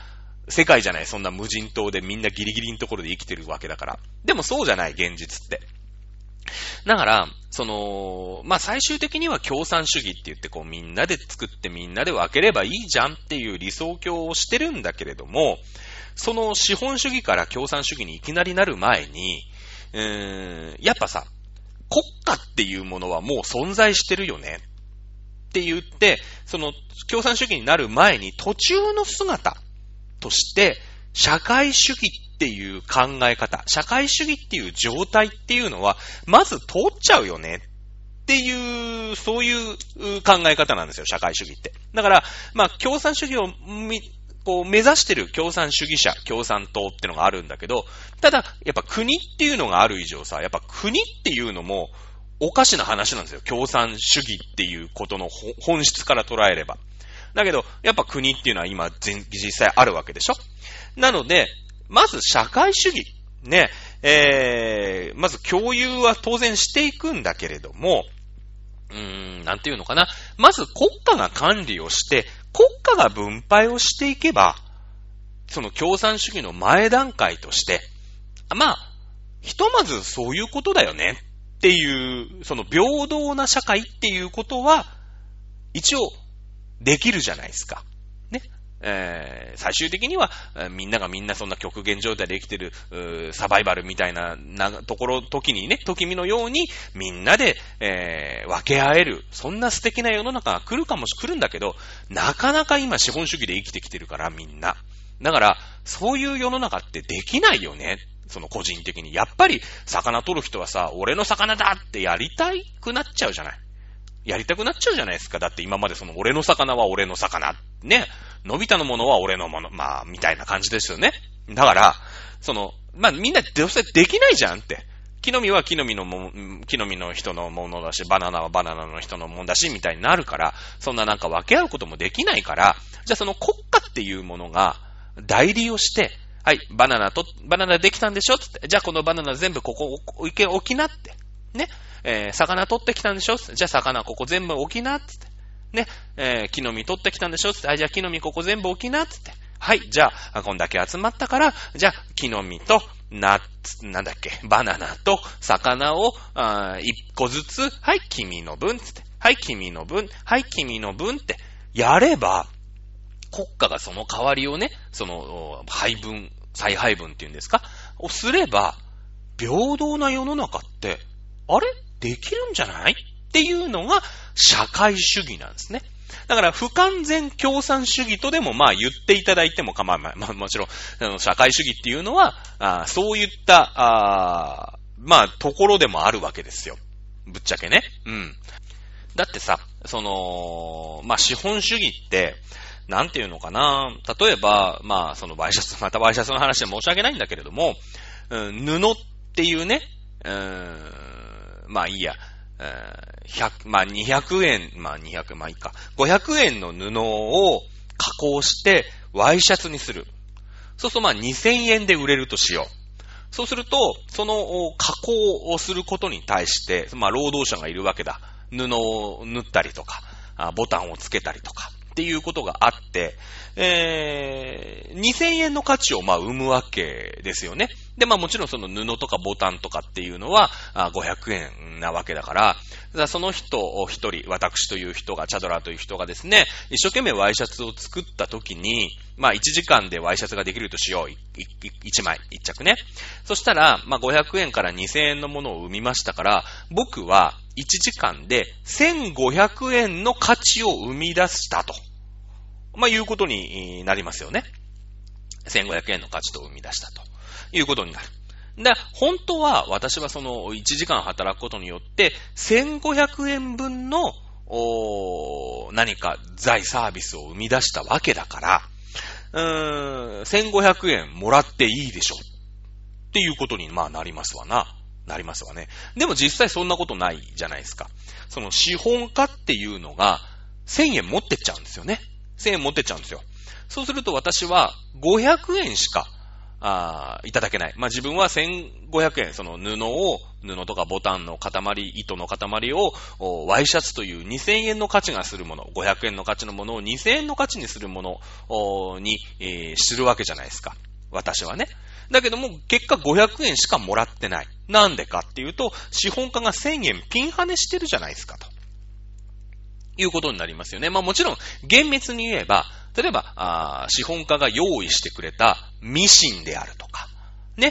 Speaker 1: 世界じゃない。そんな無人島でみんなギリギリのところで生きてるわけだから。でもそうじゃない、現実って。だから、最終的には共産主義って言ってみんなで作ってみんなで分ければいいじゃんっていう理想郷をしてるんだけれども、その資本主義から共産主義にいきなりなる前に、やっぱさ、国家っていうものはもう存在してるよねって言って、その共産主義になる前に途中の姿として、社会主義っていう考え方、社会主義っていう状態っていうのは、まず通っちゃうよねっていう、そういう考え方なんですよ、社会主義って。だから、共産主義を目指してる共産主義者、共産党ってのがあるんだけど、ただ、やっぱ国っていうのがある以上さ、やっぱ国っていうのもおかしな話なんですよ。共産主義っていうことの本質から捉えれば。だけど、やっぱ国っていうのは今実際あるわけでしょ。なので、まず社会主義。ね。まず共有は当然していくんだけれども、なんていうのかな。まず国家が管理をして、国家が分配をしていけば、その共産主義の前段階として、ひとまずそういうことだよねっていう、その平等な社会っていうことは、一応できるじゃないですか。ね。最終的にはみんながみんなそんな極限状態で生きてるサバイバルみたいな時にね、時のようにみんなで、分け合える、そんな素敵な世の中が来るんだけど、なかなか今資本主義で生きてきてるからみんな。だからそういう世の中ってできないよね。その個人的にやっぱり魚取る人はさ、俺の魚だってやりたくなっちゃうじゃない。やりたくなっちゃうじゃないですか。だって今までその俺の魚は俺の魚。ね。のび太のものは俺のもの。みたいな感じですよね。だから、みんなどうせできないじゃんって。木の実は木の実の人のものだし、バナナはバナナの人のものだし、みたいになるから、そんななんか分け合うこともできないから、じゃあその国家っていうものが代理をして、はい、バナナできたんでしょつって、じゃあこのバナナ全部ここ置きなって。ね。魚取ってきたんでしょじゃあ魚ここ全部置きなって。ね。木の実取ってきたんでしょつって。じゃあ木の実ここ全部置きなって。はい。じゃあ、こんだけ集まったから、じゃあ木の実と、バナナと魚を、一個ずつ、はい、君の分つって。はい、君の分。はい、君の分って。やれば、国家がその代わりをね、再配分っていうんですかをすれば、平等な世の中って、あれできるんじゃないっていうのが社会主義なんですね。だから不完全共産主義とでも言っていただいても構わない。もちろん社会主義っていうのはそういったところでもあるわけですよ。ぶっちゃけね。うん。だってさ、資本主義ってなんていうのかな。例えばワイシャツの話で申し訳ないんだけれども、布っていうね。いいや。200円、いいか。500円の布を加工して、ワイシャツにする。そうすると2000円で売れるとしよう。そうすると、その加工をすることに対して、労働者がいるわけだ。布を縫ったりとか、ボタンをつけたりとか、っていうことがあって、2000円の価値を生むわけですよね。で、もちろんその布とかボタンとかっていうのは500円なわけだから、その人一人、私という人が、チャドラーという人がですね、一生懸命ワイシャツを作った時に、1時間でワイシャツができるとしよう。1枚、1着ね。そしたら、500円から2000円のものを生みましたから、僕は1時間で1500円の価値を生み出したと。いうことになりますよね。1500円の価値と生み出したということになる。で、本当は私はその1時間働くことによって1500円分の何か財サービスを生み出したわけだから、1500円もらっていいでしょっていうことになりますわね。でも実際そんなことないじゃないですか。その資本家っていうのが1000円持ってっちゃうんですよね。1000円持ってっちゃうんですよ。そうすると私は500円しかいただけない。まあ、自分は1500円、その布とかボタンの塊、糸の塊を、ワイシャツという2000円の価値がするもの、500円の価値のものを2000円の価値にするものに、するわけじゃないですか。私はね。だけども、結果500円しかもらってない。なんでかっていうと、資本家が1000円ピンハネしてるじゃないですか、ということになりますよね。まあもちろん、厳密に言えば、例えば、資本家が用意してくれたミシンであるとか、ね、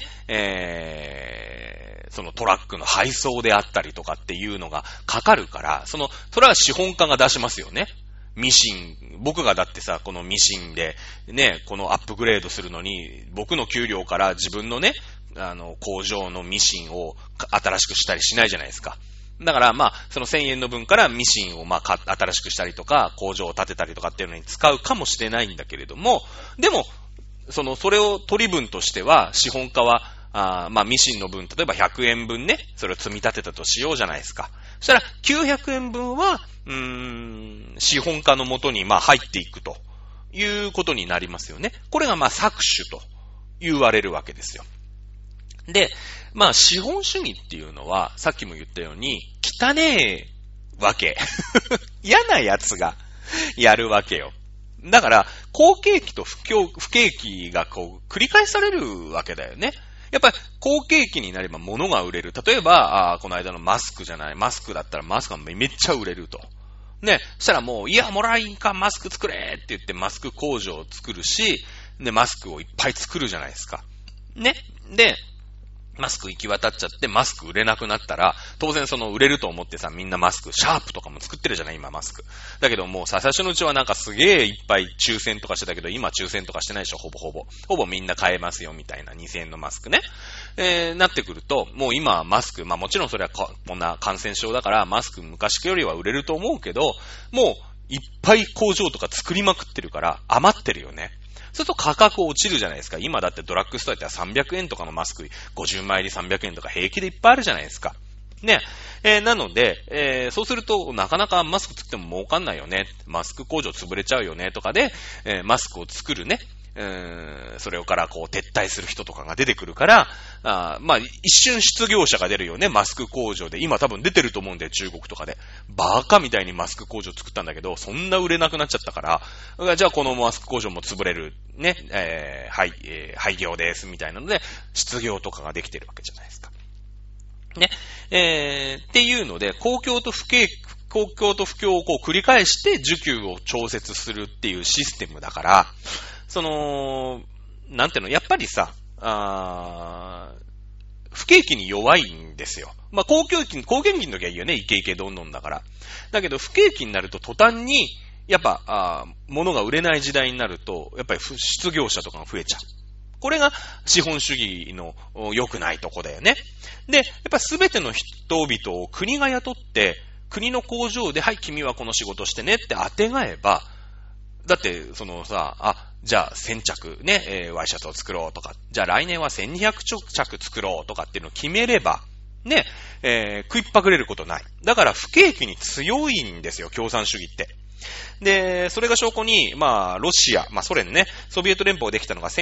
Speaker 1: そのトラックの配送であったりとかっていうのがかかるから、それは資本家が出しますよね。ミシン、僕がだってさ、このミシンで、ね、このアップグレードするのに、僕の給料から自分のね、工場のミシンを新しくしたりしないじゃないですか。だからまあ、その1000円の分からミシンをまあ、新しくしたりとか、工場を建てたりとかっていうのに使うかもしれないんだけれども、でも、それを取り分としては、資本家は、まあ、ミシンの分、例えば100円分ね、それを積み立てたとしようじゃないですか。そしたら、900円分は、資本家の元にまあ、入っていくということになりますよね。これがまあ、搾取と言われるわけですよ。で、まあ、資本主義っていうのは、さっきも言ったように、汚ねえわけ。嫌な奴がやるわけよ。だから、好景気と不景気がこう、繰り返されるわけだよね。やっぱり、好景気になれば物が売れる。例えば、この間のマスクじゃない。マスクだったらマスクがめっちゃ売れると。ね。そしたらもう、いや、もらいんか、マスク作れって言ってマスク工場を作るし、で、マスクをいっぱい作るじゃないですか。ね。で、マスク行き渡っちゃってマスク売れなくなったら、当然売れると思ってさ、みんなマスク、シャープとかも作ってるじゃない今マスク。だけどもうさ、最初のうちはなんかすげえいっぱい抽選とかしてたけど、今抽選とかしてないでしょ、ほぼみんな買えますよ、みたいな2000円のマスクね。なってくると、もう今マスク、まあもちろんそれはこんな感染症だからマスク昔よりは売れると思うけど、もういっぱい工場とか作りまくってるから余ってるよね。そうすると価格落ちるじゃないですか。今だってドラッグストアやったら300円とかのマスク、50枚入り300円とか平気でいっぱいあるじゃないですか。ね。なので、そうするとなかなかマスク作っても儲かんないよね。マスク工場潰れちゃうよねとかで、マスクを作るね。それからこう撤退する人とかが出てくるから、まあ一瞬失業者が出るよね、マスク工場で。今多分出てると思うんだよ、中国とかで。バカみたいにマスク工場作ったんだけど、そんな売れなくなっちゃったから、じゃあこのマスク工場も潰れる。ね、廃業です、みたいなので、失業とかができてるわけじゃないですか。ね、っていうので、公共と不況をこう繰り返して需給を調節するっていうシステムだから、なんていうの、やっぱりさ、不景気に弱いんですよ。まあ、好景気の時はいいよね、イケイケどんどんだから。だけど、不景気になると途端に、やっぱ、物が売れない時代になると、やっぱり失業者とかが増えちゃう。これが資本主義の良くないとこだよね。で、やっぱ全ての人々を国が雇って、国の工場で、はい、君はこの仕事してねって当てがえば、だって、じゃあ1000着ね、ワイシャツを作ろうとか、じゃあ来年は1200着作ろうとかっていうのを決めれば、ね、食いっぱぐれることない。だから不景気に強いんですよ、共産主義って。で、それが証拠に、まあ、ロシア、まあ、ソ連ね、ソビエト連邦できたのが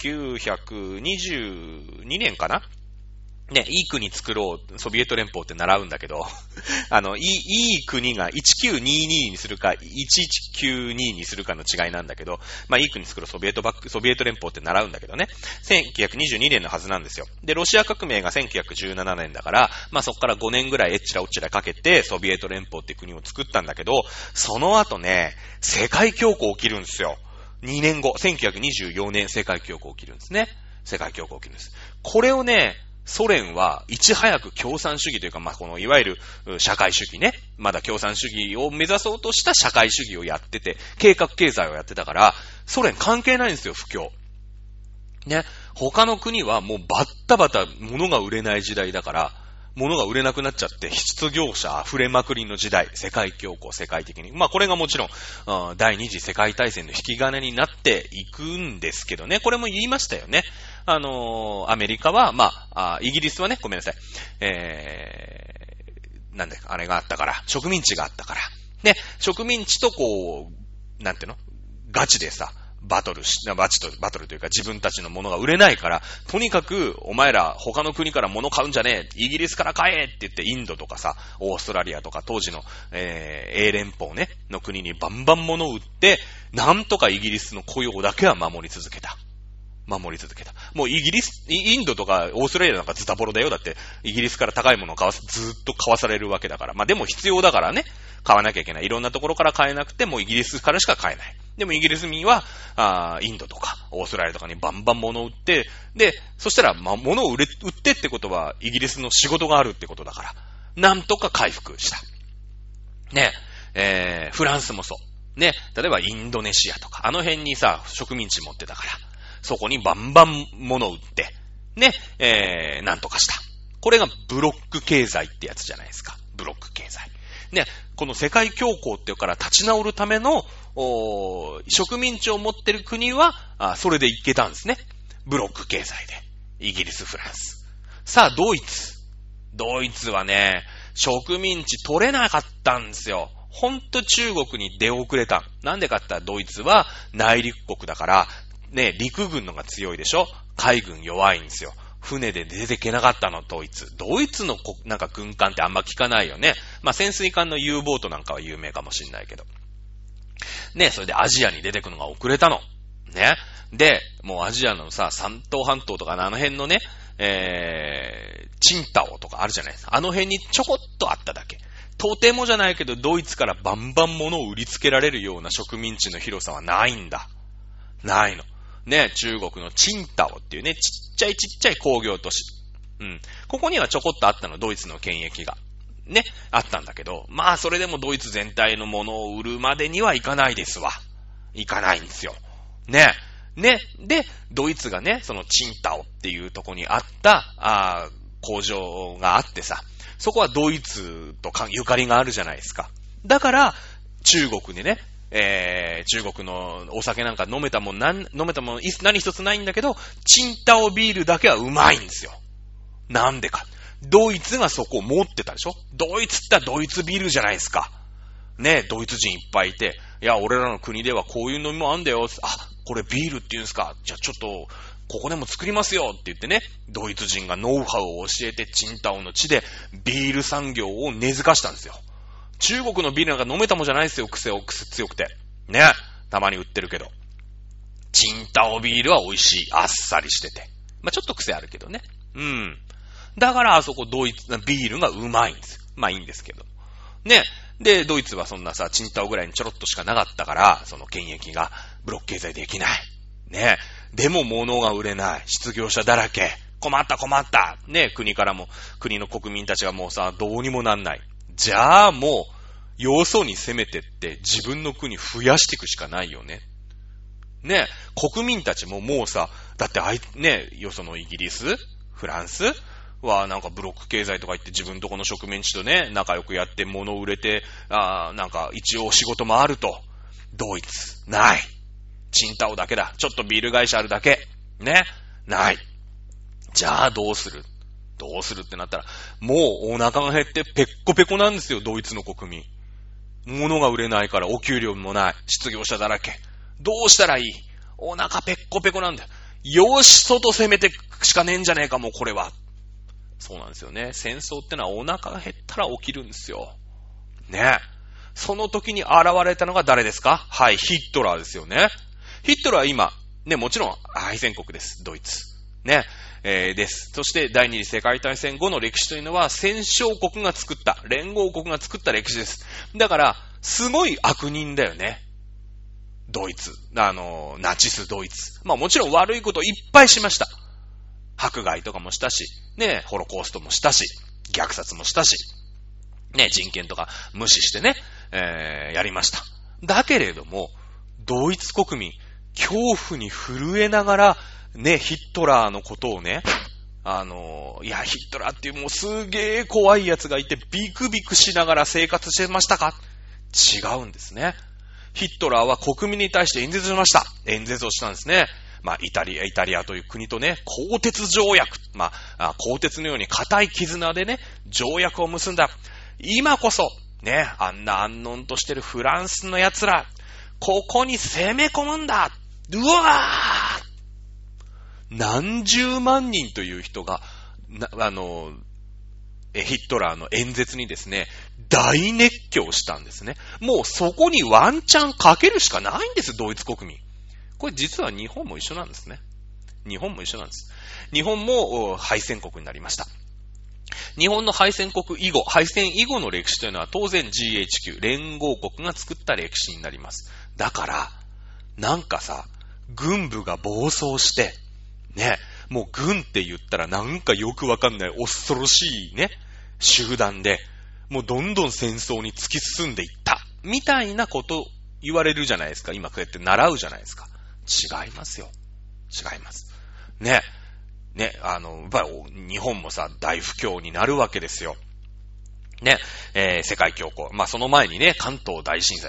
Speaker 1: 1922年かな？ね、いい国作ろう、ソビエト連邦って習うんだけど、いい国が1922にするか、1192にするかの違いなんだけど、まあ、いい国作ろう、ソビエト連邦って習うんだけどね、1922年のはずなんですよ。で、ロシア革命が1917年だから、まあ、そこから5年ぐらいえっちらおっちらかけて、ソビエト連邦って国を作ったんだけど、その後ね、世界恐慌起きるんですよ。2年後、1924年世界恐慌起きるんですね。世界恐慌起きるんです。これをね、ソ連はいち早く共産主義というか、まあ、このいわゆる社会主義ね、まだ共産主義を目指そうとした社会主義をやってて、計画経済をやってたから、ソ連関係ないんですよ、不況。ね、他の国はもうバッタバタ物が売れない時代だから、物が売れなくなっちゃって、失業者溢れまくりの時代、世界恐慌、世界的に。まあこれがもちろん、第二次世界大戦の引き金になっていくんですけどね、これも言いましたよね。アメリカは、まあ、イギリスはね、ごめんなさい。なんだよ、あれがあったから、植民地があったから。で、植民地とこう、なんていうの？ガチでさ、 バトルというか自分たちのものが売れないから、とにかくお前ら他の国から物買うんじゃねえ、イギリスから買えって言ってインドとかさ、オーストラリアとか当時の、英連邦ね、の国にバンバン物を売って、なんとかイギリスの雇用だけは守り続けた。もうインドとかオーストラリアなんかズタボロだよ。だってイギリスから高いものをずっと買わされるわけだから。まあでも必要だからね、買わなきゃいけない。いろんなところから買えなくてもイギリスからしか買えない。でもイギリス民は、インドとかオーストラリアとかにバンバン物を売って、で、そしたら、物を売ってってことはイギリスの仕事があるってことだから、なんとか回復した。ね、フランスもそう。ね、例えばインドネシアとか、あの辺にさ、植民地持ってたから、そこにバンバン物を売って、ね、なんとかした。これがブロック経済ってやつじゃないですか。ブロック経済。ね、この世界恐慌っていうから立ち直るための、植民地を持ってる国は、それでいけたんですね。ブロック経済で。イギリス、フランス。さあ、ドイツはね、植民地取れなかったんですよ。ほんと中国に出遅れた。なんでかって言ったらドイツは内陸国だから、ね、陸軍のが強いでしょ？海軍弱いんですよ。船で出てけなかったの、ドイツ。ドイツのなんか軍艦ってあんま聞かないよね。まあ、潜水艦の U ボートなんかは有名かもしんないけど。ね、それでアジアに出てくのが遅れたの。ね。で、もうアジアのさ、山東半島とかのあの辺のね、チンタオとかあるじゃないですか。あの辺にちょこっとあっただけ。とてもじゃないけど、ドイツからバンバン物を売りつけられるような植民地の広さはないんだ。ないの。ね、中国のチンタオっていうね、ちっちゃい工業都市。うん。ここにはちょこっとあったの、ドイツの権益が。ね、あったんだけど、まあそれでもドイツ全体のものを売るまでにはいかないですわ。いかないんですよ。ね。ね。で、ドイツがね、そのチンタオっていうとこにあった、工場があってさ、そこはドイツとゆかりがあるじゃないですか。だから、中国にね、中国のお酒なんか飲めたもん何一つないんだけど、チンタオビールだけはうまいんですよ。なんでか。ドイツがそこを持ってたでしょ？ドイツってドイツビールじゃないですか。ね、ドイツ人いっぱいいて、いや、俺らの国ではこういう飲み物あんだよ。これビールって言うんですか？じゃあちょっと、ここでも作りますよって言ってね、ドイツ人がノウハウを教えてチンタオの地でビール産業を根付かしたんですよ。中国のビールなんか飲めたもんじゃないですよ、癖強くて。ね。たまに売ってるけど。チンタオビールは美味しい。あっさりしてて。まあ、ちょっと癖あるけどね。うん。だからあそこドイツのビールがうまいんですよ。まあいいんですけど。ね。で、ドイツはそんなさ、チンタオぐらいにちょろっとしかなかったから、その権益がブロック経済できない。ね。でも物が売れない。失業者だらけ。困った。ね。国からも、国の国民たちがもうさ、どうにもなんない。じゃあもう、要素に攻めてって自分の国増やしていくしかないよね。ね、国民たちももうさ、だってね、よそのイギリス、フランスはなんかブロック経済とか言って自分とこの植民地とね、仲良くやって物を売れて、なんか一応仕事もあると。ドイツ、ない。チンタオだけだ。ちょっとビール会社あるだけ。ね、ない。じゃあどうするってなったら、もうお腹が減ってペッコペコなんですよ、ドイツの国民。物が売れないからお給料もない。失業者だらけ。どうしたらいい？お腹ペッコペコなんだよ。よし、外攻めてしかねえんじゃねえか、もうこれは。そうなんですよね。戦争ってのはお腹が減ったら起きるんですよ。ね。その時に現れたのが誰ですか？はい、ヒットラーですよね。ヒットラーは今、ね、もちろん敗戦国です、ドイツ。ね。です。そして第二次世界大戦後の歴史というのは戦勝国が作った、連合国が作った歴史です。だから、すごい悪人だよね。ドイツ。ナチスドイツ。まあもちろん悪いこといっぱいしました。迫害とかもしたし、ね、ホロコーストもしたし、虐殺もしたし、ね、人権とか無視してね、やりました。だけれども、ドイツ国民、恐怖に震えながら、ね、ヒットラーのことをね、いや、ヒットラーっていうもうすげー怖いやつがいてビクビクしながら生活してましたか？違うんですね。ヒットラーは国民に対して演説しました。演説をしたんですね。まあ、イタリアという国とね、鋼鉄条約。まあ、鋼鉄のように固い絆でね、条約を結んだ。今こそ、ね、あんな安穏としてるフランスの奴ら、ここに攻め込むんだ。 うわー何十万人という人が、ヒットラーの演説にですね、大熱狂したんですね。もうそこにワンチャンかけるしかないんです、ドイツ国民。これ実は日本も一緒なんですね。日本も一緒なんです。日本も敗戦国になりました。日本の敗戦国以後、敗戦以後の歴史というのは当然 GHQ、連合国が作った歴史になります。だから、なんかさ、軍部が暴走して、ね、もう軍って言ったらなんかよくわかんない恐ろしいね、集団で、もうどんどん戦争に突き進んでいった。みたいなこと言われるじゃないですか。今こうやって習うじゃないですか。違いますよ。違います。ね。ね、やっぱり日本もさ、大不況になるわけですよ。ね、世界恐慌。その前にね、関東大震災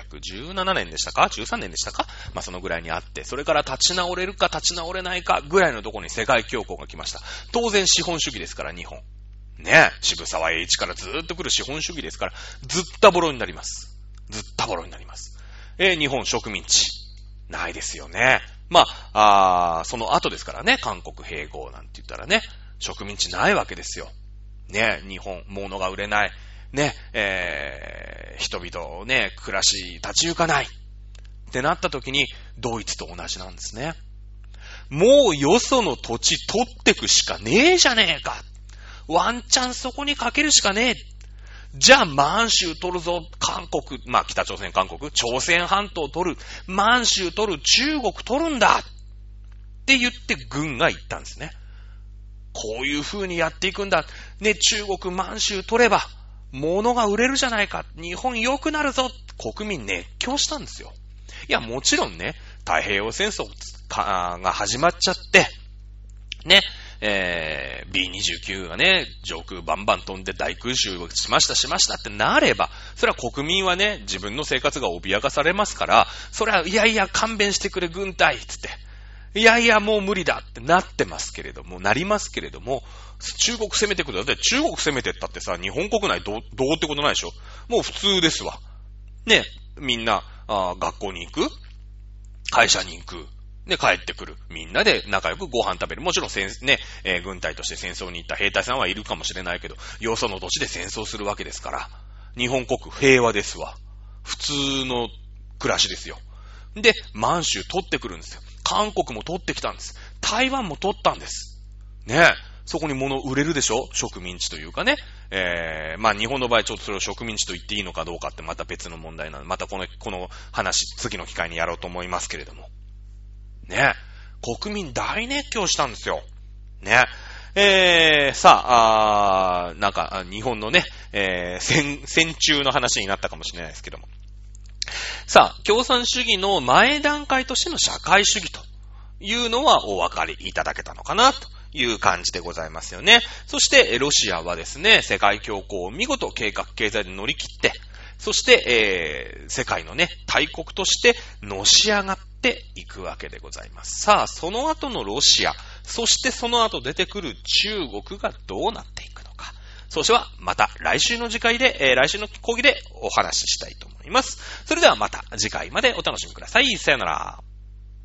Speaker 1: 1917年でしたか ?13 年でしたかそのぐらいにあって、それから立ち直れるか立ち直れないかぐらいのところに世界恐慌が来ました。当然資本主義ですから、日本。ね、渋沢栄一からずーっと来る資本主義ですから、ずったぼろになります。ずったぼろになります。日本植民地。ないですよね。その後ですからね、韓国併合なんて言ったらね、植民地ないわけですよ。ね、日本、物が売れない。ね、人々ね、暮らし立ち行かない。ってなった時に、ドイツと同じなんですね。もうよその土地取ってくしかねえじゃねえか。ワンチャンそこにかけるしかねえ。じゃあ満州取るぞ、韓国、北朝鮮、韓国、朝鮮半島取る、満州取る、中国取るんだって言って軍が言ったんですね。こういう風にやっていくんだ。ね、中国、満州取れば、物が売れるじゃないか。日本良くなるぞ。国民熱狂したんですよ。いや、もちろんね、太平洋戦争が始まっちゃって、ね、B29 がね、上空バンバン飛んで大空襲をしましたってなれば、それは国民はね、自分の生活が脅かされますから、それは、いやいや、勘弁してくれ、軍隊つって。いやいや、もう無理だってなってますけれども、なりますけれども、中国攻めてくる。だって中国攻めてったってさ、日本国内どうってことないでしょ。もう普通ですわ。ね、みんな、学校に行く、会社に行く、で、帰ってくる。みんなで仲良くご飯食べる。もちろん軍隊として戦争に行った兵隊さんはいるかもしれないけど、よその土地で戦争するわけですから、日本国平和ですわ。普通の暮らしですよ。で、満州取ってくるんですよ。韓国も取ってきたんです。台湾も取ったんです。ねえ。そこに物売れるでしょ？植民地というかね。日本の場合ちょっとそれを植民地と言っていいのかどうかってまた別の問題なので、またこの話、次の機会にやろうと思いますけれども。ねえ。国民大熱狂したんですよ。ねえ。日本のね、戦中の話になったかもしれないですけども。さあ、共産主義の前段階としての社会主義というのはお分かりいただけたのかなという感じでございますよね。そして、ロシアはですね、世界恐慌を見事計画経済で乗り切って、そして、世界のね、大国としてのし上がっていくわけでございます。さあ、その後のロシア、そしてその後出てくる中国がどうなっていくのか。そしてはまた来週の次回で、来週の講義でお話ししたいと思います。それではまた次回までお楽しみください。さよなら。